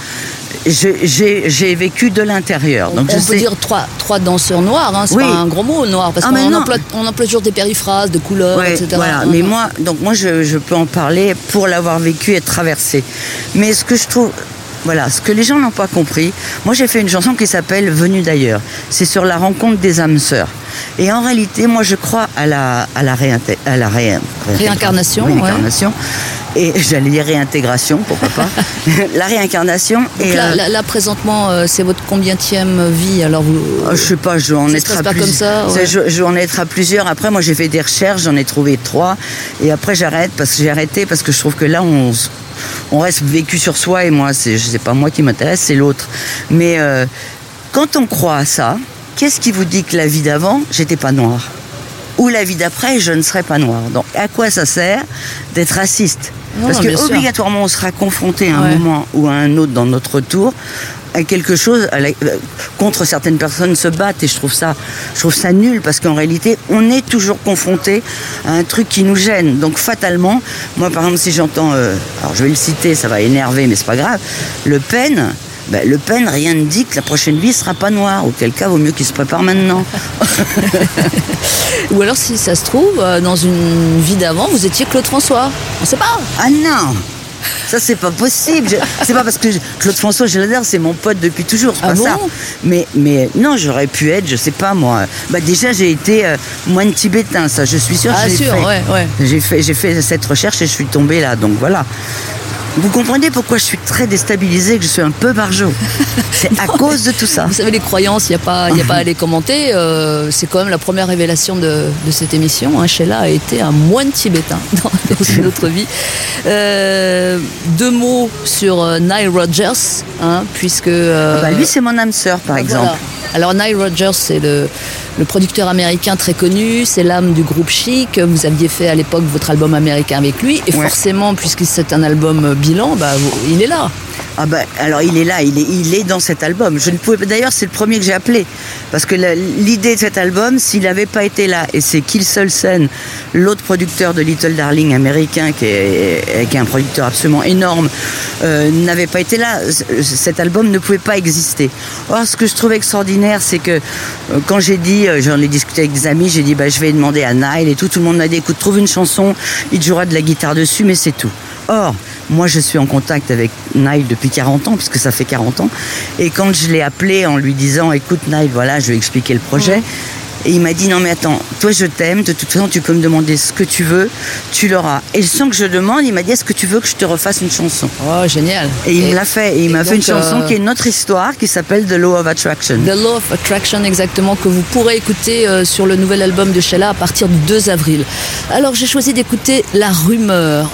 j'ai vécu de l'intérieur. Donc On peut dire trois danseurs noirs, hein, c'est Oui. pas un gros mot noir, parce Ah, mais qu'on non. emploie toujours des périphrases, de couleurs, Ouais, etc. voilà. Mais moi, je peux en parler pour l'avoir vécu et traversé. Mais ce que je trouve, voilà, ce que les gens n'ont pas compris, moi j'ai fait une chanson qui s'appelle Venue d'ailleurs. C'est sur la rencontre des âmes sœurs. Et en réalité, moi je crois à la Réincarnation, réincarnation. Et j'allais dire réintégration, pourquoi pas. La réincarnation. Donc là, présentement, c'est votre combienième vie? Alors vous... Je sais pas, je dois en Ça se être passe à pas plusieurs. comme ça, ouais. Je dois en être à plusieurs. Après, moi, j'ai fait des recherches, j'en ai trouvé 3. Et après, j'ai arrêté parce que je trouve que là, on reste vécu sur soi. Et moi, c'est pas moi qui m'intéresse, c'est l'autre. Mais quand on croit à ça, qu'est-ce qui vous dit que la vie d'avant, j'étais pas noire? Ou la vie d'après, je ne serai pas noire? Donc, à quoi ça sert d'être raciste? Non, Parce que bien sûr. obligatoirement, on sera confronté à un Ouais. moment ou à un autre dans notre tour à quelque chose contre certaines personnes se battent et je trouve ça nul parce qu'en réalité, on est toujours confronté à un truc qui nous gêne. Donc fatalement, moi par exemple, si j'entends, alors je vais le citer, ça va énerver, mais c'est pas grave, Le Pen. Le Pen, rien ne dit que la prochaine vie sera pas noire. Auquel cas, vaut mieux qu'il se prépare maintenant. Ou alors, si ça se trouve, dans une vie d'avant, vous étiez Claude François. On sait pas. Ah non! Ça, c'est pas possible. C'est pas parce que Claude François, je l'adore, c'est mon pote depuis toujours. C'est Ah pas bon? ça. Mais non, j'aurais pu être, je sais pas moi. Déjà, j'ai été moine tibétain, ça, je suis sûre. Ah, je l'ai sûr, fait. ouais. J'ai fait cette recherche et je suis tombée là. Donc voilà. Vous comprenez pourquoi je suis très déstabilisée, que je suis un peu barjot. C'est à cause de tout ça. Vous savez, les croyances, il n'y a pas à les commenter. C'est quand même la première révélation de cette émission. Hein. Sheila a été un moine tibétain dans une autre vie. 2 mots sur Nile Rodgers, hein, puisque... Lui, c'est mon âme sœur, par exemple. Voilà. Alors Nile Rodgers, c'est le producteur américain très connu, c'est l'âme du groupe Chic. Vous aviez fait à l'époque votre album américain avec lui, et forcément, puisque c'est un album bilan, il est là. Alors il est là, il est dans cet album. Je ne pouvais d'ailleurs, c'est le premier que j'ai appelé parce que l'idée de cet album, s'il n'avait pas été là, et c'est Kill Solsen, l'autre producteur de Little Darling américain, qui est un producteur absolument énorme, n'avait pas été là, cet album ne pouvait pas exister. Or, ce que je trouve extraordinaire, c'est que quand j'ai dit, j'en ai discuté avec des amis, j'ai dit je vais demander à Nile et tout le monde m'a dit écoute, trouve une chanson, il jouera de la guitare dessus, mais c'est tout. Or, moi je suis en contact avec Nile depuis 40 ans, puisque ça fait 40 ans, et quand je l'ai appelé en lui disant écoute Nile, voilà, je vais expliquer le projet, et il m'a dit non mais attends, toi je t'aime, de toute façon tu peux me demander ce que tu veux, tu l'auras. Et sans que je demande, il m'a dit est-ce que tu veux que je te refasse une chanson? Oh, génial. Et il me l'a fait, et il m'a fait une donc, chanson qui est une autre histoire, qui s'appelle The Law of Attraction. The Law of Attraction, exactement, que vous pourrez écouter sur le nouvel album de Sheila à partir du 2 avril. Alors j'ai choisi d'écouter La Rumeur.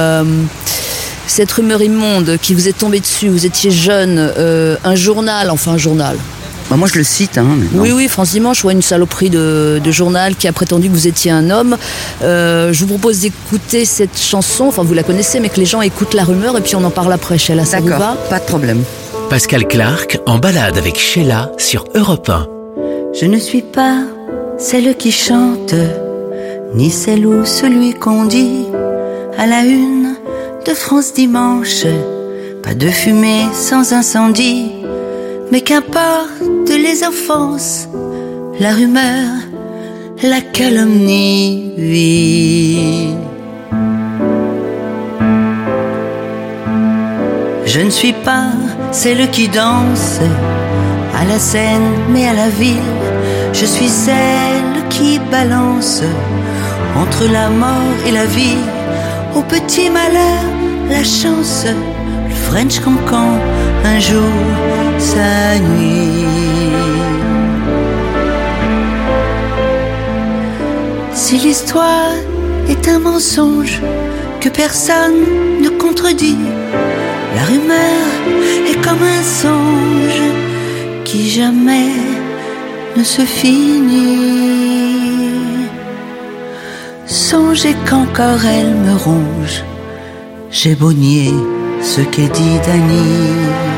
Cette rumeur immonde qui vous est tombée dessus, vous étiez jeune, un journal. Moi je le cite. Maintenant. Oui, France Dimanche, une saloperie de journal qui a prétendu que vous étiez un homme. Je vous propose d'écouter cette chanson, vous la connaissez, mais que les gens écoutent La Rumeur et puis on en parle après, Sheila, ça vous va? D'accord, pas de problème. Pascal Clark en balade avec Sheila sur Europe 1. Je ne suis pas celle qui chante, ni celle ou celui qu'on dit à la une de France Dimanche. Pas de fumée sans incendie, mais qu'importe les offenses, la rumeur, la calomnie, oui. Je ne suis pas celle qui danse à la scène mais à la ville. Je suis celle qui balance entre la mort et la vie. Au petit malheur, la chance, le French cancan, un jour, sa nuit. Si l'histoire est un mensonge que personne ne contredit, la rumeur est comme un songe qui jamais ne se finit. Songez qu'encore elle me ronge, j'ai beau nier ce qu'est dit Dany.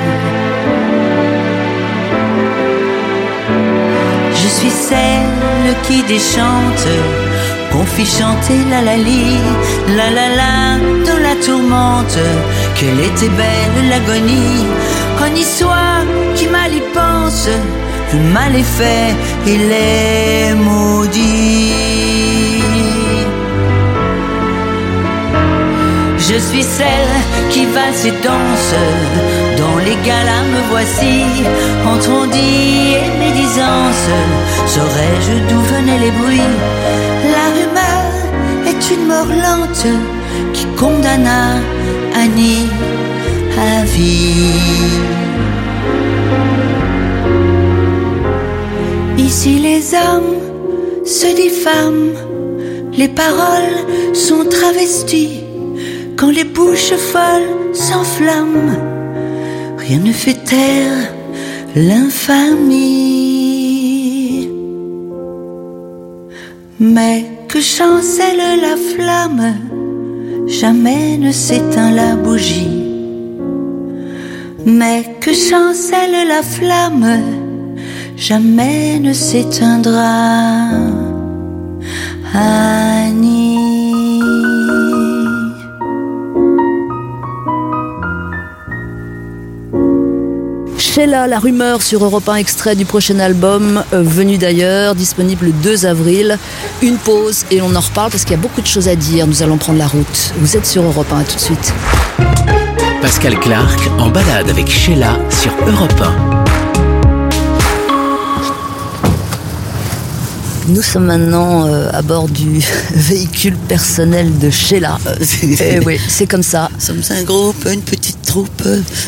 Je suis celle qui déchante, qu'on fit chanter la la li, la la la dans la tourmente. Qu'elle était belle l'agonie, qu'on y soit qui mal y pense, le mal est fait, il est maudit. Je suis celle qui valse et danse, dans les galas me voici, entre on-dit et médisance. Saurais-je d'où venaient les bruits? La rumeur est une mort lente qui condamna Annie à vie. Ici les hommes se diffament, les paroles sont travesties. Quand les bouches folles s'enflamment, rien ne fait taire l'infamie. Mais que chancelle la flamme, jamais ne s'éteint la bougie. Mais que chancelle la flamme, jamais ne s'éteindra. Annie. Sheila, la rumeur sur Europe 1, extrait du prochain album Venu d'ailleurs, disponible le 2 avril. Une pause et on en reparle parce qu'il y a beaucoup de choses à dire. Nous allons prendre la route. Vous êtes sur Europe 1, à tout de suite. Pascal Clark en balade avec Sheila sur Europe 1. Nous sommes maintenant à bord du véhicule personnel de Sheila. Et oui, c'est comme ça. Nous sommes un groupe, une petite troupe.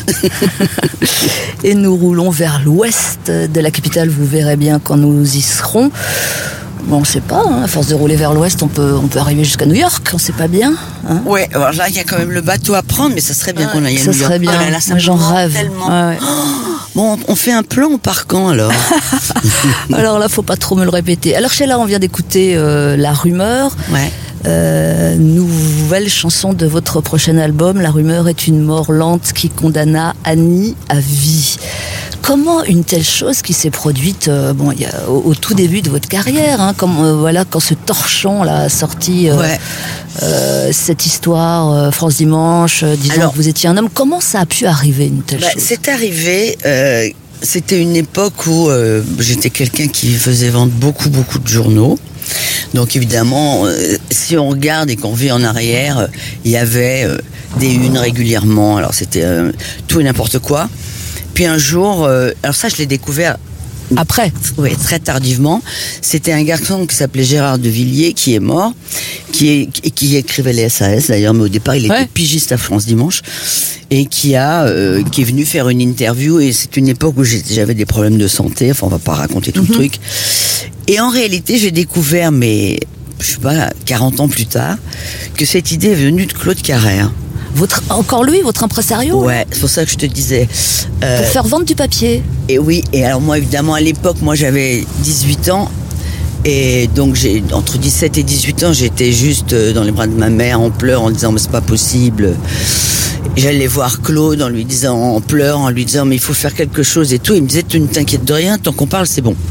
Et nous roulons vers l'ouest de la capitale. Vous verrez bien quand nous y serons. Bon, on ne sait pas, à force de rouler vers l'ouest, on peut arriver jusqu'à New York, on ne sait pas bien. Hein. Ouais, alors là, il y a quand même le bateau à prendre, mais ça serait bien qu'on aille à New York. Ça serait bien, oh là là, ça j'en rêve. Ouais. Bon, on fait un plan, on part quand alors? Alors là, faut pas trop me le répéter. Alors Sheila, on vient d'écouter La Rumeur. Ouais. Nouvelle chanson de votre prochain album. La rumeur est une mort lente qui condamna Annie à vie. Comment une telle chose qui s'est produite au tout début de votre carrière, hein, quand ce torchon là a sorti cette histoire France Dimanche disant que vous étiez un homme, comment ça a pu arriver une telle chose? C'est arrivé. C'était une époque où j'étais quelqu'un qui faisait vendre beaucoup de journaux. Donc évidemment, si on regarde et qu'on vit en arrière, il y avait des unes régulièrement. Alors c'était tout et n'importe quoi. Puis un jour, alors ça je l'ai découvert après. Oui, très tardivement. C'était un garçon qui s'appelait Gérard de Villiers qui est mort, qui écrivait les SAS d'ailleurs, mais au départ il était pigiste à France Dimanche et qui est venu faire une interview. Et c'est une époque où j'avais des problèmes de santé. Enfin, on va pas raconter tout le truc. Et en réalité, j'ai découvert, mais je sais pas, 40 ans plus tard, que cette idée est venue de Claude Carrère. Encore lui, votre impresario? Ouais, c'est pour ça que je te disais. Pour faire vendre du papier. Et oui, et alors moi évidemment à l'époque, j'avais 18 ans. Et donc entre 17 et 18 ans, j'étais juste dans les bras de ma mère en pleurs, en disant mais c'est pas possible. J'allais voir Claude en lui disant, en pleurant, en lui disant mais il faut faire quelque chose et tout. Il me disait tu ne t'inquiètes de rien, tant qu'on parle c'est bon.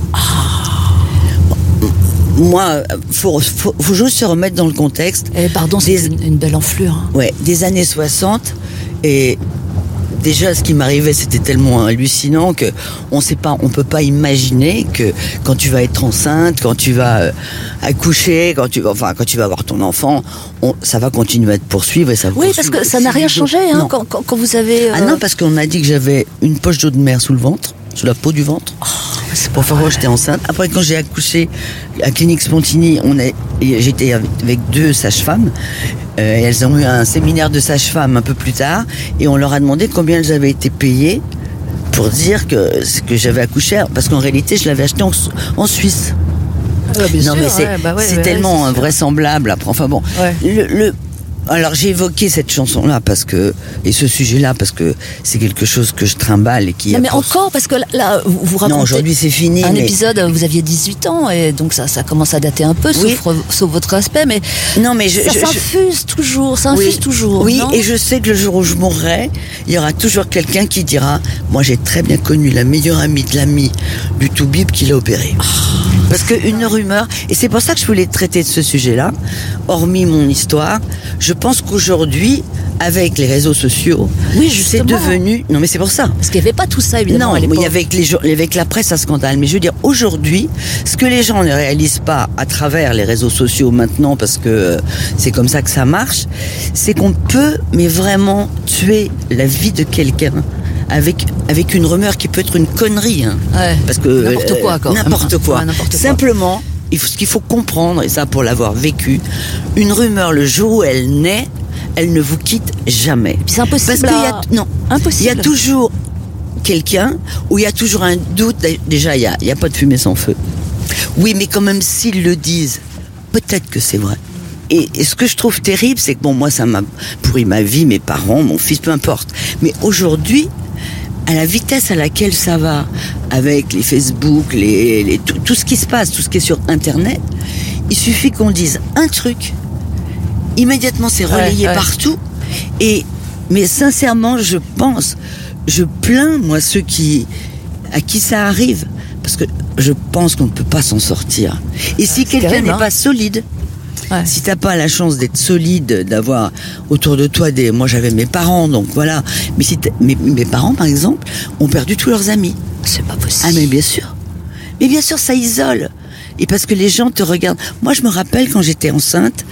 Moi, faut juste se remettre dans le contexte. C'est une belle enflure. Hein. Ouais, des années 60 et déjà, ce qui m'arrivait, c'était tellement hallucinant que on peut pas imaginer que quand tu vas être enceinte, quand tu vas accoucher, quand tu vas avoir ton enfant, ça va continuer à te poursuivre et ça. Oui, parce que ça n'a rien changé quand vous avez. Ah non, parce qu'on a dit que j'avais une poche d'eau de mer sous le ventre, sous la peau du ventre. Pour faire voir, j'étais enceinte. Après, quand j'ai accouché à Clinique Spontini, j'étais avec 2 sages-femmes. Et elles ont eu un séminaire de sages-femmes un peu plus tard, et on leur a demandé combien elles avaient été payées pour dire que j'avais accouché, parce qu'en réalité, je l'avais acheté en Suisse. Bien mais sûr, c'est tellement invraisemblable. Après, enfin bon, Ouais. Alors j'ai évoqué cette chanson-là et ce sujet-là parce que c'est quelque chose que je trimballe et qui. Non, mais encore parce que là vous racontez. Non, aujourd'hui c'est fini. Épisode, vous aviez 18 ans et donc ça commence à dater un peu, sauf votre aspect, mais. Non, mais ça s'infuse toujours. Oui, non, et je sais que le jour où je mourrai, il y aura toujours quelqu'un qui dira, moi j'ai très bien connu la meilleure amie de l'ami du Toubib qui l'a opéré. Parce qu'une rumeur, et c'est pour ça que je voulais traiter de ce sujet-là, hormis mon histoire, je pense qu'aujourd'hui, avec les réseaux sociaux, c'est devenu... Non mais c'est pour ça. Parce qu'il n'y avait pas tout ça, évidemment, à l'époque. Non, avec la presse, un scandale. Mais je veux dire, aujourd'hui, ce que les gens ne réalisent pas à travers les réseaux sociaux maintenant, parce que c'est comme ça que ça marche, c'est qu'on peut, mais vraiment, tuer la vie de quelqu'un avec une rumeur qui peut être une connerie, hein. Ouais. Parce que n'importe quoi. Simplement, ce qu'il faut comprendre, et ça pour l'avoir vécu, une rumeur le jour où elle naît, elle ne vous quitte jamais. C'est impossible. Impossible. Il y a toujours quelqu'un où il y a toujours un doute. Déjà, il y a pas de fumée sans feu. Oui, mais quand même s'ils le disent, peut-être que c'est vrai. Et ce que je trouve terrible, c'est que moi ça m'a pourri ma vie, mes parents, mon fils, peu importe. Mais aujourd'hui, à la vitesse à laquelle ça va, avec les Facebook, tout ce qui se passe, tout ce qui est sur Internet, il suffit qu'on dise un truc, immédiatement c'est relayé partout. Mais sincèrement, je plains moi ceux à qui ça arrive, parce que je pense qu'on ne peut pas s'en sortir. Et si quelqu'un n'est pas solide. Ouais. Si t'as pas la chance d'être solide, d'avoir autour de toi moi j'avais mes parents, donc voilà. Mais mes parents, par exemple, ont perdu tous leurs amis. C'est pas possible. Ah mais bien sûr. Mais bien sûr, ça isole. Et parce que les gens te regardent. Moi, je me rappelle quand j'étais enceinte,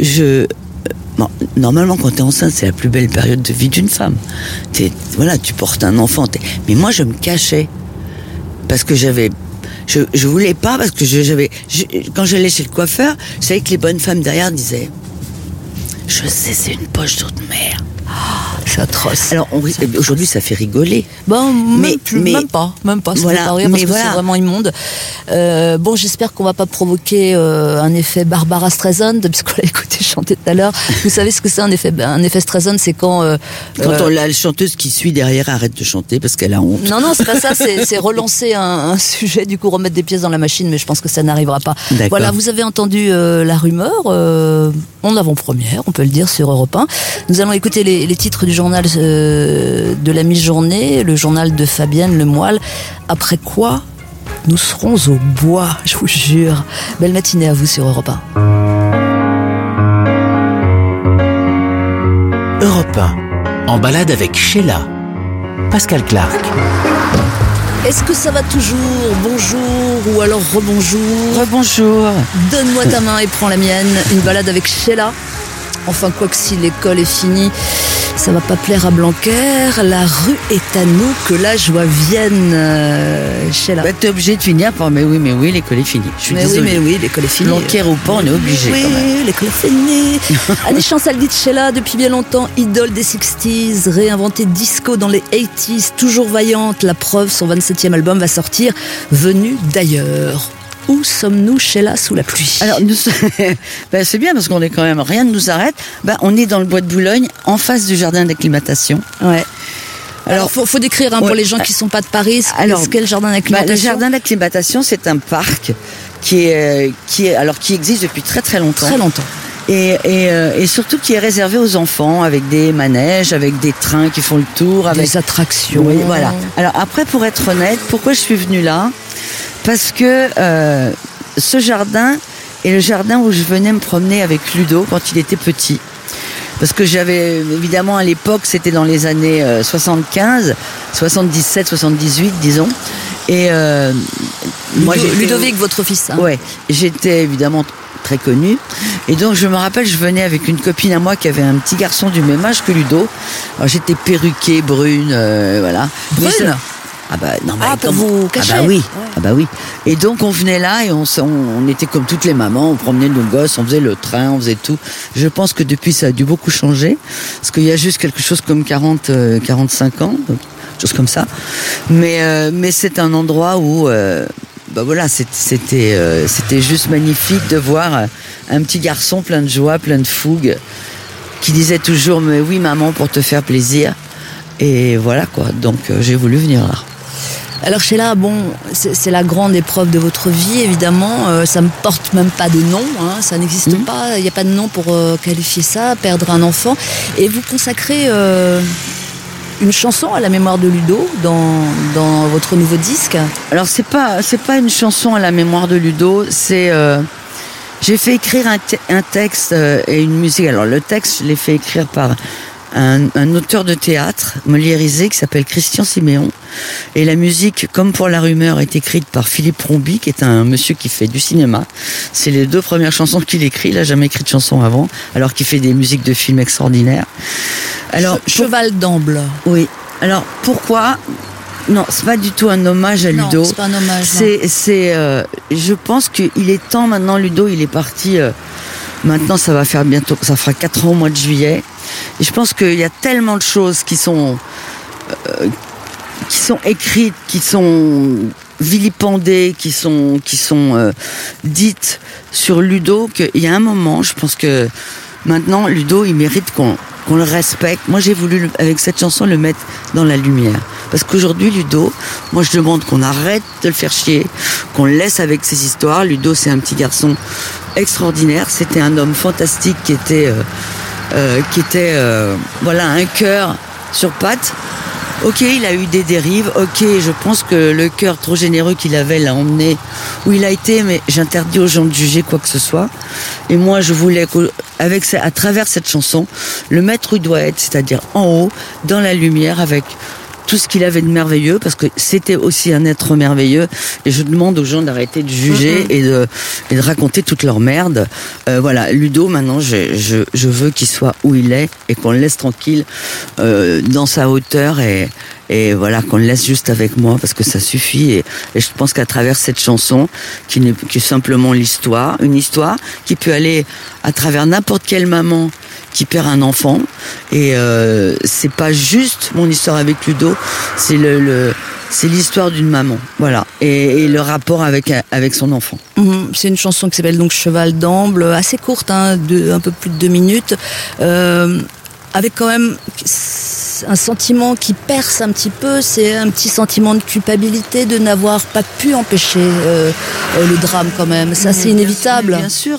normalement, quand t'es enceinte, c'est la plus belle période de vie d'une femme. Tu portes un enfant. Mais moi, je me cachais parce que je voulais pas, parce que quand j'allais chez le coiffeur, je savais que les bonnes femmes derrière disaient, je sais, c'est une poche d'eau de mer. C'est atroce. Alors aujourd'hui, ça fait rigoler. Bon, même pas. Voilà, pas rire parce que c'est vraiment immonde. J'espère qu'on va pas provoquer un effet Barbara Streisand, puisqu'on l'a écouté chanter tout à l'heure. Vous savez ce que c'est un effet Streisand, c'est quand la chanteuse qui suit derrière arrête de chanter parce qu'elle a honte. Non, c'est pas ça. C'est relancer un sujet, du coup remettre des pièces dans la machine, mais je pense que ça n'arrivera pas. D'accord. Voilà, vous avez entendu la rumeur en avant-première, on peut le dire, sur Europe 1. Nous allons écouter les titres du journal de la mi-journée, le journal de Fabienne Lemoyle. Après quoi, nous serons au bois, je vous jure. Belle matinée à vous sur Europe 1. Europe 1, en balade avec Sheila. Pascal Clark. Est-ce que ça va toujours? Bonjour ou alors rebonjour? Rebonjour. Donne-moi ta main et prends la mienne. Une balade avec Sheila. Enfin, quoi que si l'école est finie, ça va pas plaire à Blanquer. La rue est à nous, que la joie vienne. Sheila. T'es obligé de finir par mais oui, l'école est finie. Je suis désolée. Mais oui, l'école est finie. Blanquer ou pas, on est obligé. Oui, quand même. L'école est finie. Annie Chancel dit Sheila, depuis bien longtemps, idole des 60s, réinventée disco dans les 80s, toujours vaillante. La preuve, son 27e album va sortir, venu d'ailleurs. Où sommes-nous, Sheila, sous la pluie? Alors, c'est bien parce qu'on est quand même, rien ne nous arrête. On est dans le bois de Boulogne, en face du jardin d'acclimatation. Ouais. Alors, faut décrire pour les gens qui sont pas de Paris. Qu'est le jardin d'acclimatation? Le jardin d'acclimatation, c'est un parc qui existe depuis très très longtemps. Très longtemps. Et surtout qui est réservé aux enfants, avec des manèges, avec des trains qui font le tour, avec des attractions. Oui, voilà. Alors après, pour être honnête, pourquoi je suis venue là? Parce que ce jardin est le jardin où je venais me promener avec Ludo quand il était petit. Parce que j'avais, évidemment, à l'époque, c'était dans les années 75, 77, 78, disons. Et moi, Ludovic, votre fils. Hein. Ouais, j'étais évidemment très connue. Et donc, je me rappelle, je venais avec une copine à moi qui avait un petit garçon du même âge que Ludo. Alors, j'étais perruquée, brune, voilà. Brune? Ah bah non, mais pour vous cacher. Ah bah oui, ouais. Ah bah oui. Et donc on venait là et on était comme toutes les mamans, on promenait nos gosses, on faisait le train, on faisait tout. Je pense que depuis ça a dû beaucoup changer, parce qu'il y a juste quelque chose comme 45 ans, chose comme ça. Mais c'est un endroit où bah voilà, c'était juste magnifique de voir un petit garçon plein de joie, plein de fougue, qui disait toujours mais oui maman pour te faire plaisir. Et voilà quoi. Donc j'ai voulu venir là. Alors Sheila, bon, c'est la grande épreuve de votre vie, évidemment. Ça ne porte même pas de nom, hein, ça n'existe pas. Il n'y a pas de nom pour qualifier ça, perdre un enfant. Et vous consacrez une chanson à la mémoire de Ludo dans votre nouveau disque. Alors c'est pas une chanson à la mémoire de Ludo, c'est j'ai fait écrire un texte et une musique. Alors le texte, je l'ai fait écrire par un auteur de théâtre moliérisé qui s'appelle Christian Siméon, et la musique, comme pour La Rumeur, est écrite par Philippe Rombi, qui est un monsieur qui fait du cinéma. C'est les 2 premières chansons qu'il écrit. Il n'a jamais écrit de chanson avant, alors qu'il fait des musiques de films extraordinaires. Alors Cheval d'Amble. Oui. Alors pourquoi? Non, c'est pas du tout un hommage à Ludo. Non, c'est pas un hommage. Je pense qu'il est temps maintenant. Ludo, il est parti. Maintenant, ça fera 4 ans au mois de juillet. Et je pense qu'il y a tellement de choses qui sont écrites, qui sont vilipendées, qui sont dites sur Ludo, qu'il y a un moment, je pense que maintenant, Ludo, il mérite qu'on le respecte. Moi, j'ai voulu, avec cette chanson, le mettre dans la lumière. Parce qu'aujourd'hui, Ludo, moi, je demande qu'on arrête de le faire chier, qu'on le laisse avec ses histoires. Ludo, c'est un petit garçon extraordinaire. C'était un homme fantastique qui était voilà, un cœur sur pattes. Ok, il a eu des dérives. Ok, je pense que le cœur trop généreux qu'il avait l'a emmené où il a été, mais j'interdis aux gens de juger quoi que ce soit. Et moi, je voulais à travers cette chanson, le mettre où il doit être, c'est-à-dire en haut, dans la lumière, avec tout ce qu'il avait de merveilleux, parce que c'était aussi un être merveilleux. Et je demande aux gens d'arrêter de juger et de raconter toute leur merde. Voilà, Ludo, maintenant, je veux qu'il soit où il est et qu'on le laisse tranquille dans sa hauteur et voilà, qu'on le laisse juste avec moi, parce que ça suffit. Et je pense qu'à travers cette chanson, qui est simplement une histoire qui peut aller à travers n'importe quelle maman qui perd un enfant, et c'est pas juste mon histoire avec Ludo, c'est l'histoire d'une maman, voilà, et le rapport avec son enfant. C'est une chanson qui s'appelle donc Cheval d'Amble, assez courte, hein, un peu plus de 2 minutes, avec quand même un sentiment qui perce un petit peu, c'est un petit sentiment de culpabilité de n'avoir pas pu empêcher le drame quand même. Ça, c'est inévitable. Bien sûr,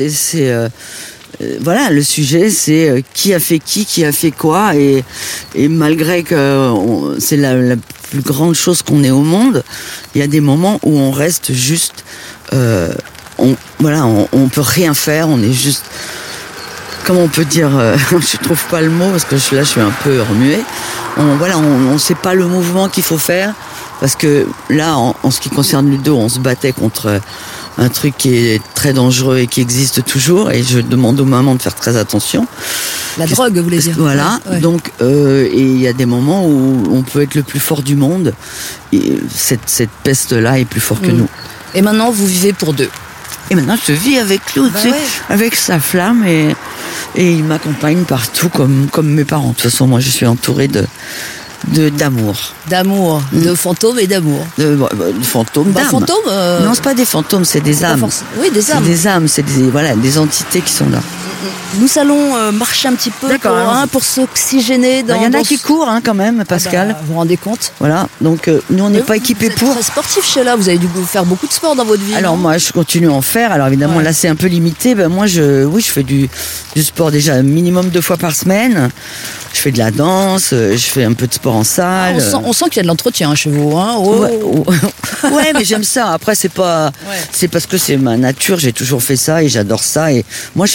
voilà, le sujet, c'est qui a fait qui a fait quoi, et malgré que c'est la plus grande chose qu'on ait au monde, il y a des moments où on reste juste, on peut rien faire, on est juste, comment on peut dire, je trouve pas le mot parce que je suis un peu remuée. On sait pas le mouvement qu'il faut faire, parce que là, en ce qui concerne Ludo, on se battait contre un truc qui est très dangereux et qui existe toujours, et je demande aux mamans de faire très attention. La drogue, vous voulez dire. Voilà, ouais. Donc et il y a des moments où on peut être le plus fort du monde, et cette peste-là est plus forte que nous. Et maintenant, vous vivez pour 2. Et maintenant, je vis avec Claude, avec sa flamme, et il m'accompagne partout comme mes parents. De toute façon, moi, je suis entourée d'amour. D'amour, de fantômes et d'amour. De fantômes, d'âmes. Fantômes Non, c'est pas des fantômes, c'est des âmes. Oui, des âmes. C'est des âmes, c'est des entités qui sont là. Nous allons marcher un petit peu pour s'oxygéner. Il y en a qui courent quand même, Pascal. Vous vous rendez compte? Voilà, donc nous on n'est pas équipés pour. Vous êtes très sportif, Sheila, vous avez dû faire beaucoup de sport dans votre vie. Alors moi je continue à en faire, alors évidemment là c'est un peu limité. Moi je fais du sport déjà minimum 2 fois par semaine. Je fais de la danse, je fais un peu de sport en salle. On sent qu'il y a de l'entretien chez vous, hein. Ouais, mais j'aime ça. Après c'est parce que c'est ma nature, j'ai toujours fait ça et j'adore ça. Et moi je suis quelqu'un qui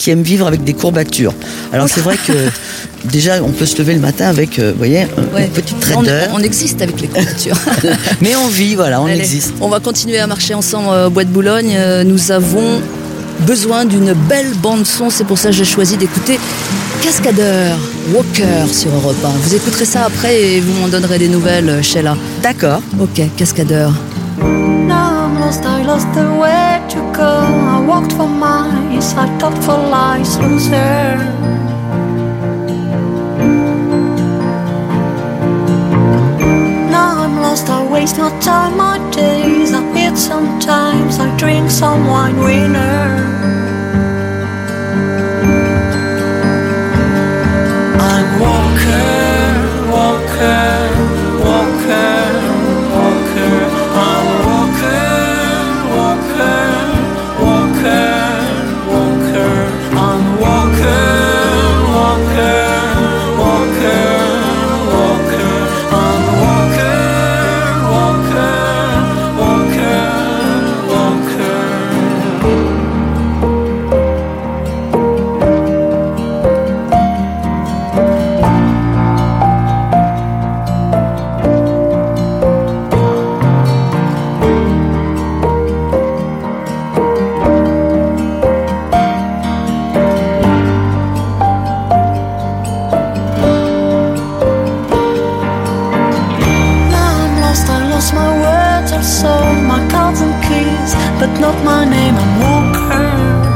qui aime vivre avec des courbatures. Alors c'est vrai que déjà on peut se lever le matin avec, vous voyez, une petite traîneur. On existe avec les courbatures. Mais on vit, voilà, on existe. On va continuer à marcher ensemble au Bois de Boulogne. Nous avons besoin d'une belle bande son, c'est pour ça que j'ai choisi d'écouter Cascadeur, Walker sur Europe 1. Vous écouterez ça après et vous m'en donnerez des nouvelles, Sheila. D'accord. Ok, Cascadeur. Now I'm lost, I lost the way to go. I walked for miles, I talked for lies, loser. Now I'm lost, I waste my time, my days. I eat sometimes, I drink some wine, winner. I'm walker, walker, walker, walker. I'm walker, walker, walker, walker. I'm walker, walker, walker, walker. I'm walker, walker, walker, walker. My words are sold, my cards and keys, but not my name, I'm Walker.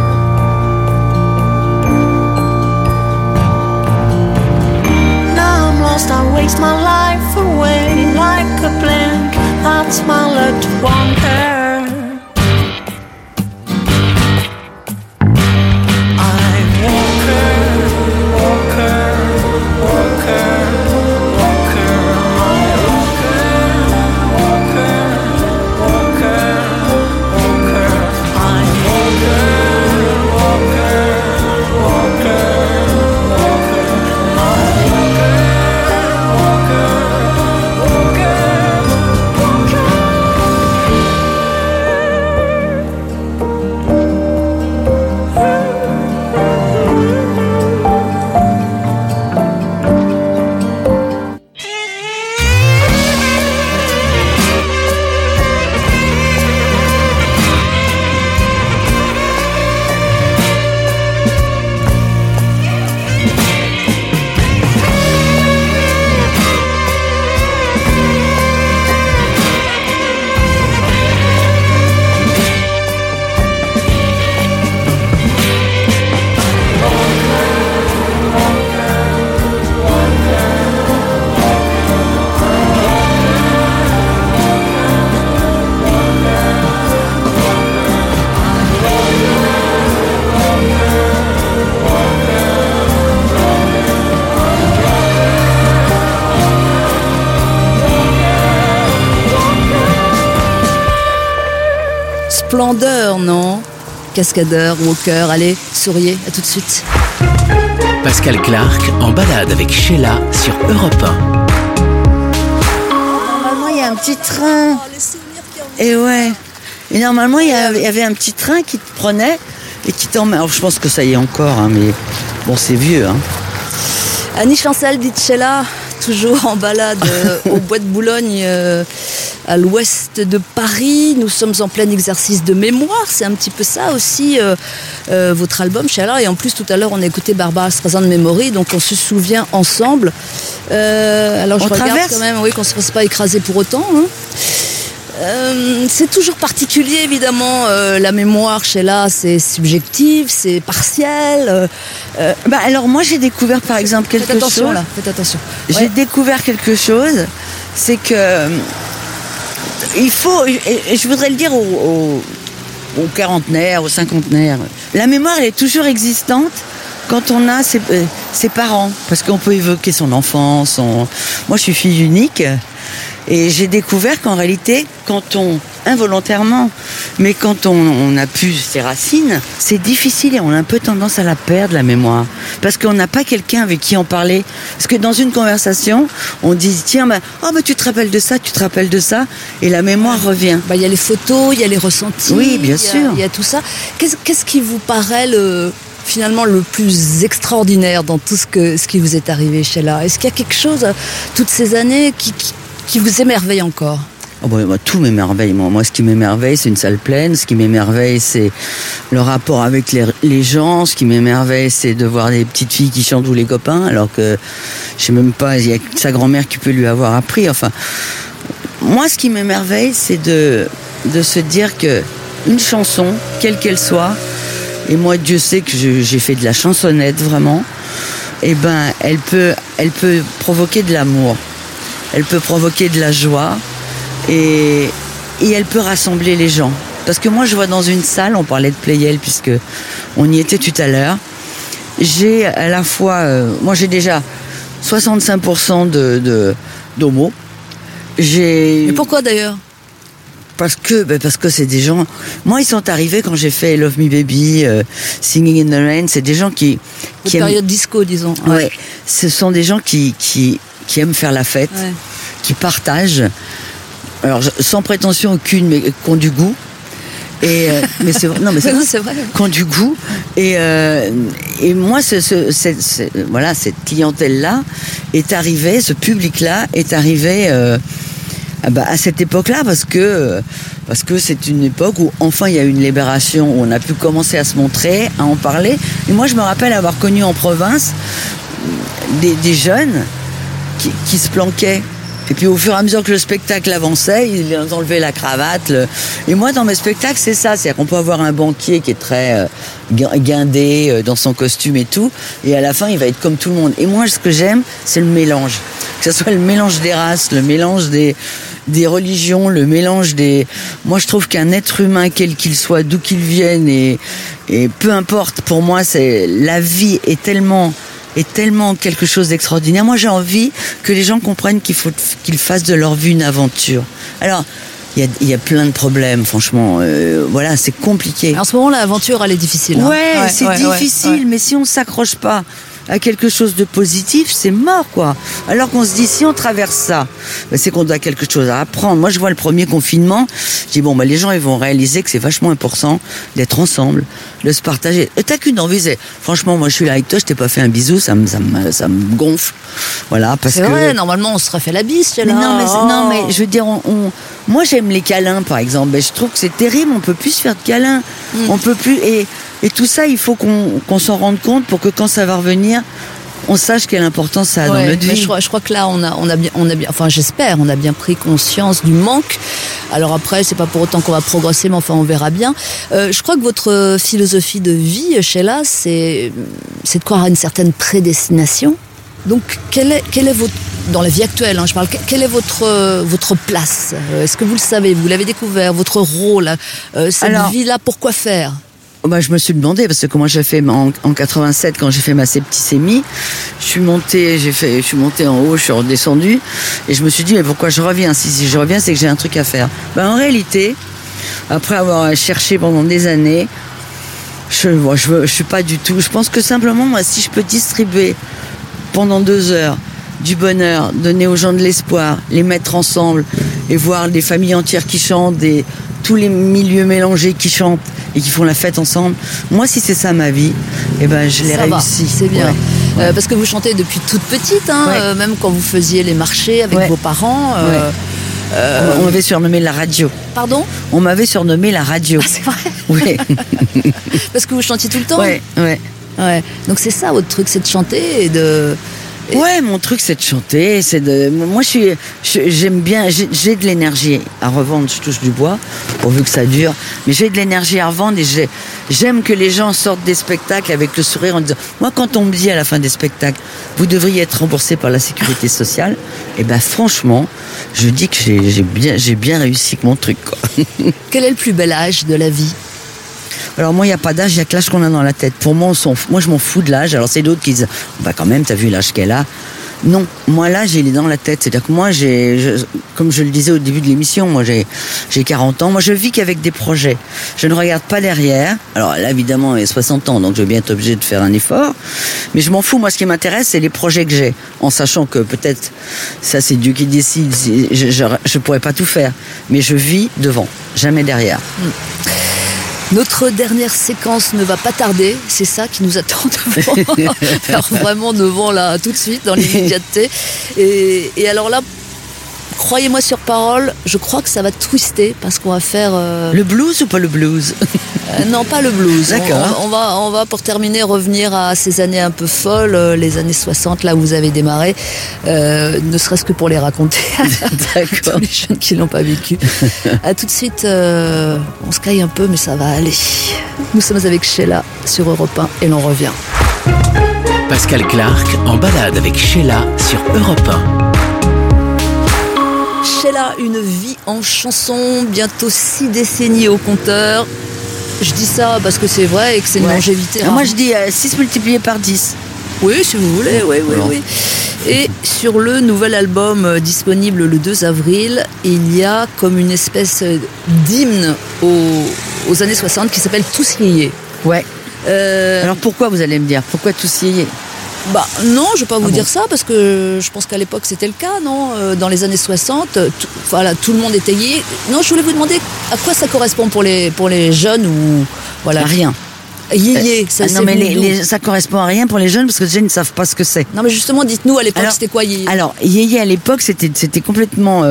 Now I'm lost, I waste my life away like a blank, that's my luck to wander. I'm Walker, Walker, Walker, Walker. Splendeur, non? Cascadeur, Walker, allez, souriez, à tout de suite. Pascal Clark en balade avec Sheila sur Europe 1. Normalement, il y a un petit train. Et ouais. Et normalement, il y avait un petit train qui te prenait et qui t'emmène. Alors, je pense que ça y est encore, hein, mais bon, c'est vieux. Hein. Annie Chancel dit Sheila, toujours en balade au Bois de Boulogne, à l'ouest de Paris. Nous sommes en plein exercice de mémoire. C'est un petit peu ça aussi, votre album, Sheila. Et en plus, tout à l'heure, on a écouté Barbara Streisand Memory, donc on se souvient ensemble. Alors, je regarde quand même, oui, qu'on ne se fasse pas écraser pour autant. Hein. C'est toujours particulier, évidemment. La mémoire, Sheila, c'est subjectif, c'est partiel. Alors, moi, j'ai découvert, par exemple, quelque chose. Là, faites attention. J'ai découvert quelque chose, c'est que il faut, et je voudrais le dire aux quarantenaires, aux cinquantenaires, la mémoire, elle est toujours existante quand on a ses parents, parce qu'on peut évoquer son enfance. Moi, je suis fille unique. Et j'ai découvert qu'en réalité, quand on, involontairement, mais quand on n'a plus ses racines, c'est difficile et on a un peu tendance à la perdre, la mémoire. Parce qu'on n'a pas quelqu'un avec qui en parler. Parce que dans une conversation, on dit, tiens, tu te rappelles de ça, tu te rappelles de ça, et la mémoire revient. Il y a les photos, il y a les ressentis. Oui, bien sûr. Il y a tout ça. Qu'est-ce qui vous paraît le finalement le plus extraordinaire dans tout ce qui vous est arrivé, Sheila? Est-ce qu'il y a quelque chose, toutes ces années, qui vous émerveille encore? Oh bon, moi, tout m'émerveille. Moi, ce qui m'émerveille, c'est une salle pleine. Ce qui m'émerveille, c'est le rapport avec les gens. Ce qui m'émerveille, c'est de voir des petites filles qui chantent ou les copains, alors que je sais même pas, il y a sa grand-mère qui peut lui avoir appris. Enfin, moi, ce qui m'émerveille, c'est de se dire que une chanson, quelle qu'elle soit, et moi, Dieu sait que j'ai fait de la chansonnette vraiment, eh ben, elle peut provoquer de l'amour, elle peut provoquer de la joie. Et elle peut rassembler les gens. Parce que moi, je vois dans une salle, on parlait de Playel, puisque on y était tout à l'heure, j'ai à la fois... moi, j'ai déjà 65% d'homo. Mais pourquoi d'ailleurs? Parce que c'est des gens... Moi, ils sont arrivés quand j'ai fait Love Me Baby, Singing in the Rain, c'est des gens qui période disco, disons. Ouais. Ce sont des gens qui aiment faire la fête, qui partagent... Alors, sans prétention aucune, mais qui ont du goût. Mais c'est vrai, non, mais c'est vrai. Qui ont du goût. Et moi, voilà, cette clientèle-là est arrivée, ce public-là est arrivé à cette époque-là, parce que c'est une époque où enfin il y a eu une libération, où on a pu commencer à se montrer, à en parler. Et moi, je me rappelle avoir connu en province des jeunes qui se planquaient. Et puis au fur et à mesure que le spectacle avançait, ils enlevaient la cravate. Et moi, dans mes spectacles, c'est ça. C'est-à-dire qu'on peut avoir un banquier qui est très guindé dans son costume et tout. Et à la fin, il va être comme tout le monde. Et moi, ce que j'aime, c'est le mélange. Que ce soit le mélange des races, le mélange des religions, le mélange des... Moi, je trouve qu'un être humain, quel qu'il soit, d'où qu'il vienne, et peu importe, pour moi, la vie est tellement quelque chose d'extraordinaire. Moi, j'ai envie que les gens comprennent qu'il faut qu'ils fassent de leur vie une aventure. Alors, il y a plein de problèmes, franchement. Voilà, c'est compliqué. En ce moment, l'aventure, elle est difficile. Hein. Ouais, c'est difficile, mais si on s'accroche pas à quelque chose de positif, c'est mort, quoi. Alors qu'on se dit, si on traverse ça, c'est qu'on a quelque chose à apprendre. Moi, je vois le premier confinement, je dis, les gens, ils vont réaliser que c'est vachement important d'être ensemble, de se partager. Et t'as qu'une envie, franchement, moi, je suis là avec toi, je t'ai pas fait un bisou, ça me gonfle. Voilà, parce que... C'est vrai, normalement, on se serait fait la bise, là. Non, mais je veux dire, moi, j'aime les câlins, par exemple. Je trouve que c'est terrible, on peut plus se faire de câlins. On peut plus, et tout ça, il faut qu'on s'en rende compte pour que quand ça va revenir, on sache quelle importance ça a dans notre vie. Je crois que là, on a bien, enfin, j'espère, on a bien pris conscience du manque. Alors après, c'est pas pour autant qu'on va progresser, mais enfin, on verra bien. Je crois que votre philosophie de vie, Sheila, c'est de croire à une certaine prédestination. Donc, quelle est votre, dans la vie actuelle, je parle, quelle est votre place? Est-ce que vous le savez, vous l'avez découvert, votre rôle, cette vie-là, pourquoi faire? Je me suis demandé, parce que moi j'ai fait en 87, quand j'ai fait ma septicémie, je suis montée en haut, je suis redescendue, et je me suis dit, mais pourquoi je reviens? Si je reviens, c'est que j'ai un truc à faire. En réalité, après avoir cherché pendant des années, je suis pas du tout, je pense que simplement, moi, si je peux distribuer pendant 2 heures du bonheur, donner aux gens de l'espoir, les mettre ensemble, et voir des familles entières qui chantent, tous les milieux mélangés qui chantent et qui font la fête ensemble. Moi, si c'est ça ma vie, je l'ai réussi. C'est bien. Ouais. Parce que vous chantez depuis toute petite, même quand vous faisiez les marchés avec vos parents. On m'avait surnommé la radio. Pardon? On m'avait surnommé la radio. Ah, c'est vrai? Oui. Parce que vous chantiez tout le temps? Ouais. Donc c'est ça votre truc, c'est de chanter et de... Ouais, mon truc c'est de chanter, moi j'aime bien, j'ai de l'énergie à revendre, je touche du bois, pourvu que ça dure, mais j'ai de l'énergie à revendre et j'aime que les gens sortent des spectacles avec le sourire en disant, moi quand on me dit à la fin des spectacles, vous devriez être remboursé par la sécurité sociale, franchement, je dis que j'ai bien réussi avec mon truc, quoi. Quel est le plus bel âge de la vie? Alors moi, il n'y a pas d'âge, il n'y a que l'âge qu'on a dans la tête. Pour moi, je m'en fous de l'âge. Alors c'est d'autres qui disent, quand même, t'as vu l'âge qu'elle a. Non, moi l'âge, il est dans la tête. C'est-à-dire que moi, comme je le disais au début de l'émission, moi j'ai 40 ans. Moi, je vis qu'avec des projets. Je ne regarde pas derrière. Alors là, évidemment, il y a 60 ans, donc je vais bien être obligé de faire un effort. Mais je m'en fous. Moi, ce qui m'intéresse, c'est les projets que j'ai. En sachant que peut-être, ça c'est Dieu qui décide. Je pourrais pas tout faire. Mais je vis devant, jamais derrière. Notre dernière séquence ne va pas tarder, c'est ça qui nous attend devant. Alors vraiment devant là, tout de suite, dans l'immédiateté. Et alors là, croyez-moi sur parole, je crois que ça va twister parce qu'on va faire... Le blues ou pas le blues? Non, pas le blues. D'accord. On va pour terminer revenir à ces années un peu folles, les années 60, là où vous avez démarré, ne serait-ce que pour les raconter à tous les jeunes qui l'ont pas vécu. À tout de suite, on se caille un peu, mais ça va aller. Nous sommes avec Sheila sur Europe 1 et l'on revient. Pascal Clark en balade avec Sheila sur Europe 1. Sheila, une vie en chanson, bientôt 6 décennies au compteur. Je dis ça parce que c'est vrai et que c'est une longévité. Moi je dis 6 multiplié par 10. Oui, si vous voulez, oui. Et sur le nouvel album disponible le 2 avril, il y a comme une espèce d'hymne aux années 60 qui s'appelle Tous Yéyé. Ouais. Alors pourquoi, vous allez me dire, pourquoi Tous Yéyé? Bah non, je vais pas vous dire ça parce que je pense qu'à l'époque c'était le cas, non? Dans les années 60, tout le monde était yéyé. Non, je voulais vous demander à quoi ça correspond pour les jeunes ou voilà. À rien. Yéyé, ça non mais ça correspond à rien pour les jeunes parce que les jeunes ne savent pas ce que c'est. Non mais justement, dites-nous à l'époque c'était quoi yéyé? Alors yéyé à l'époque c'était complètement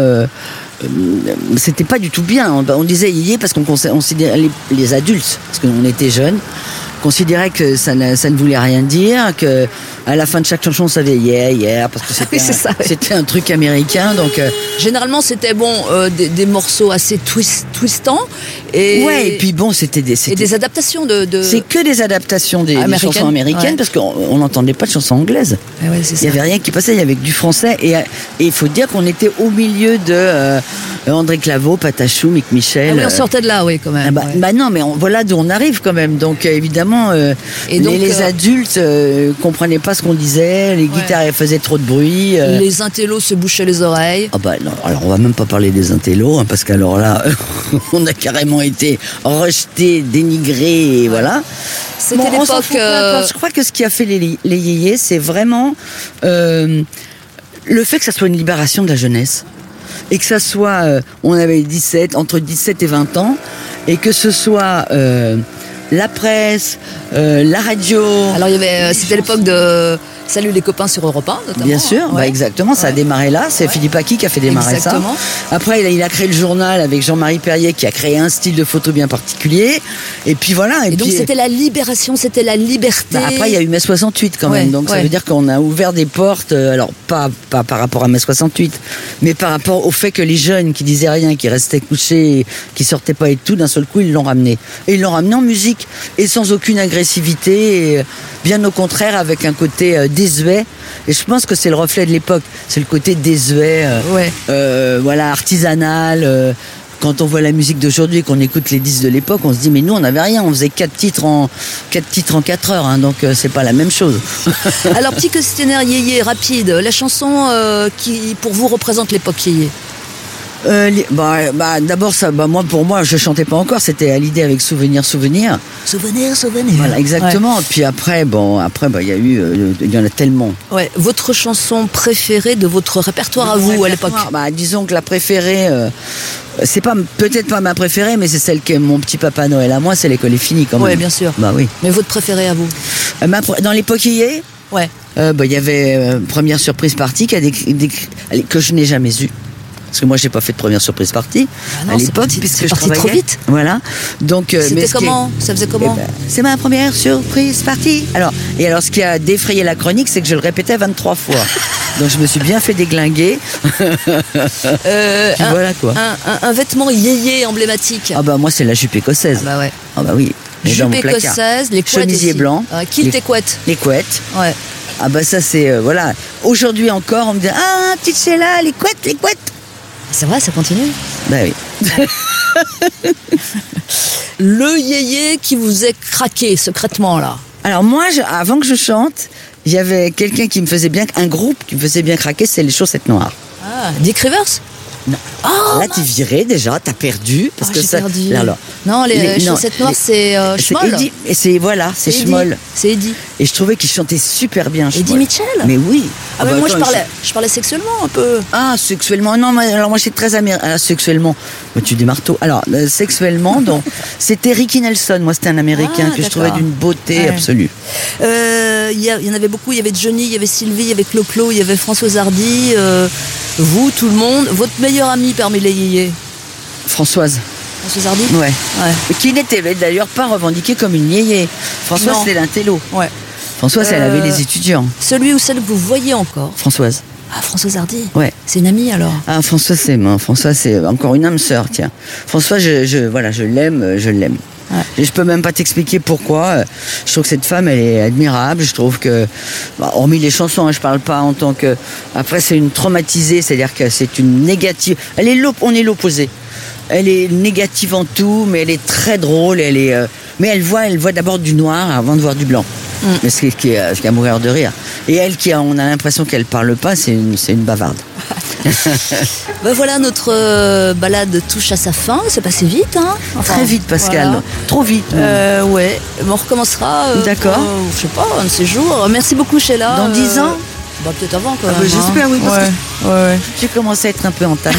c'était pas du tout bien. On disait yéyé parce qu'on considérait les adultes, parce qu'on était jeunes, considérait que ça ne voulait rien dire, que à la fin de chaque chanson on savait yeah parce que c'était un truc américain, donc généralement c'était des morceaux assez twistants et puis bon c'était des adaptations de c'est que des adaptations des chansons américaines parce qu'on n'entendait pas de chansons anglaises. Il y avait rien qui passait, il y avait que du français et il faut dire qu'on était au milieu de André Claveau, Patachou, Mick Michel. On sortait de là, oui, quand même. Bah non, mais voilà d'où on arrive quand même. Donc évidemment, les adultes comprenaient pas ce qu'on disait, les guitares elles faisaient trop de bruit. Les intellos se bouchaient les oreilles. Ah bah non, alors on va même pas parler des intellos, parce qu'alors là, on a carrément été rejetés, dénigrés, et voilà. C'était l'époque. Je crois que ce qui a fait les yéyés, c'est vraiment le fait que ça soit une libération de la jeunesse. Et que ça soit, on avait entre 17 et 20 ans, et que ce soit la presse, la radio. Alors c'était l'époque de Salut les copains sur Europe 1, notamment. Bien sûr, exactement, ça a démarré là, c'est Philippe Aki qui a fait démarrer ça. Après, il a créé le journal avec Jean-Marie Perrier qui a créé un style de photo bien particulier, et puis voilà. Et donc c'était la libération, c'était la liberté. Après, il y a eu mai 68 quand même, donc ça veut dire qu'on a ouvert des portes, alors pas par rapport à mai 68, mais par rapport au fait que les jeunes qui disaient rien, qui restaient couchés, qui sortaient pas et tout, d'un seul coup, ils l'ont ramené. Et ils l'ont ramené en musique, et sans aucune agressivité, et bien au contraire, avec un côté désuet. Et je pense que c'est le reflet de l'époque. C'est le côté désuet, artisanal. Quand on voit la musique d'aujourd'hui, qu'on écoute les disques de l'époque, on se dit mais nous on n'avait rien, on faisait 4 titres en 4 heures, donc c'est pas la même chose. Alors petit questionnaire yéyé rapide, la chanson qui pour vous représente l'époque yéyé? D'abord pour moi je chantais pas encore, c'était Hallyday avec Souvenir. Voilà, exactement. Ouais. Puis après il y a eu il y en a tellement. Ouais, votre chanson préférée de votre répertoire à vous à l'époque? Disons que la préférée c'est peut-être pas ma préférée, mais c'est celle que mon petit papa Noël à moi, c'est L'école est finie quand même. Ouais, bien sûr. Bah oui. Mais votre préférée à vous? Dans l'époque yéyé? Ouais. Il y avait Première surprise partie que je n'ai jamais eue. Parce que moi, j'ai pas fait de première surprise party à l'époque, puisque je travaillais trop vite. Voilà. Donc, c'était comment? Ça faisait comment? C'est ma première surprise party. Alors, ce qui a défrayé la chronique, c'est que je le répétais 23 fois. Donc, je me suis bien fait déglinguer. Voilà quoi. Un vêtement yéyé emblématique. Moi, c'est la jupe écossaise. Ah bah ouais. Ah bah oui. Jupe écossaise, les couettes chemisier blanc, kilt et couettes. Les couettes. Ouais. Ah bah ça c'est voilà. Aujourd'hui encore, on me dit petite Sheila, les couettes. C'est vrai, ça continue? Bah oui. Le yéyé qui vous est craqué secrètement là? Alors moi, avant que je chante, il y avait quelqu'un qui me faisait bien, un groupe qui me faisait bien craquer, c'est les Chaussettes Noires. Ah, Dick Rivers? Non. Oh, là, t'es viré déjà, t'as perdu. Parce que j'ai ça. perdu. Là, alors, Non, les chaussettes noires, c'est Schmoll. Eddy. Et c'est Eddy. Schmoll. C'est Eddy. Et je trouvais qu'il chantait super bien. Eddy Schmoll. Mitchell. Mais oui. Ah, mais bah, moi, attends, je parlais sexuellement un peu. Ah, sexuellement. Non, alors moi, j'étais très américain. Sexuellement. Bah, tu dis marteau. Alors, sexuellement, donc, c'était Ricky Nelson. Moi, c'était un américain que je trouvais d'une beauté absolue. Il y en avait beaucoup. Il y avait Johnny, il y avait Sylvie, il y avait Clo-Clo, il y avait Françoise Hardy. Vous, tout le monde. Votre meilleure amie parmi les yéyés? Françoise Hardy. Ouais. Qui n'était d'ailleurs pas revendiquée comme une yéyé. Françoise, c'était l'intello. Ouais. Françoise, elle avait les étudiants. Celui ou celle que vous voyez encore? Françoise. Ah, Françoise Hardy. Ouais. C'est une amie alors? Ah, Françoise, c'est encore une âme sœur, tiens. Françoise, je l'aime, je l'aime. Ouais. Et je peux même pas t'expliquer pourquoi. Je trouve que cette femme, elle est admirable. Je trouve que, hormis les chansons, je parle pas en tant que. Après, c'est une traumatisée, c'est-à-dire que c'est une négative. On est l'opposé. Elle est négative en tout, mais elle est très drôle. Mais elle voit d'abord du noir avant de voir du blanc. Mais ce qui est à mourir de rire. Et elle, on a l'impression qu'elle parle pas, c'est une bavarde. Ben voilà, notre balade touche à sa fin. C'est passé vite, hein? Très vite, Pascal. Voilà. Trop vite. Ouais. On recommencera. D'accord. Je sais pas, un de ces jours. Merci beaucoup, Sheila. Dans 10 ans? Bah, peut-être avant, quand même. J'espère, oui, parce que j'ai commencé à être un peu entamée.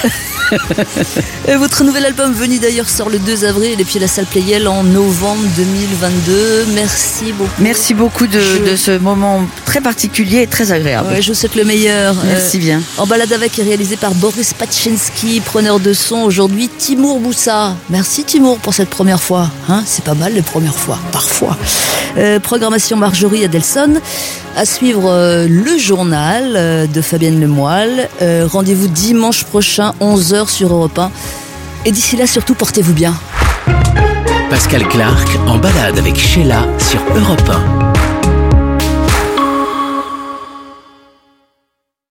Votre nouvel album Venu d'ailleurs sort le 2 avril et puis la salle Playel en novembre 2022. Merci beaucoup. Merci beaucoup de ce moment très particulier et très agréable. Ouais, je vous souhaite le meilleur. Merci bien. En balade avec est réalisé par Boris Pachinski, preneur de son aujourd'hui Timour Boussa. Merci Timour pour cette première fois. Hein, c'est pas mal les premières fois, parfois. Programmation Marjorie Adelson. À suivre le journal de Fabienne Lemoyle. Rendez-vous dimanche prochain 11h sur Europe 1. Et d'ici là, surtout, portez-vous bien. Pascal Clark en balade avec Sheila sur Europe 1.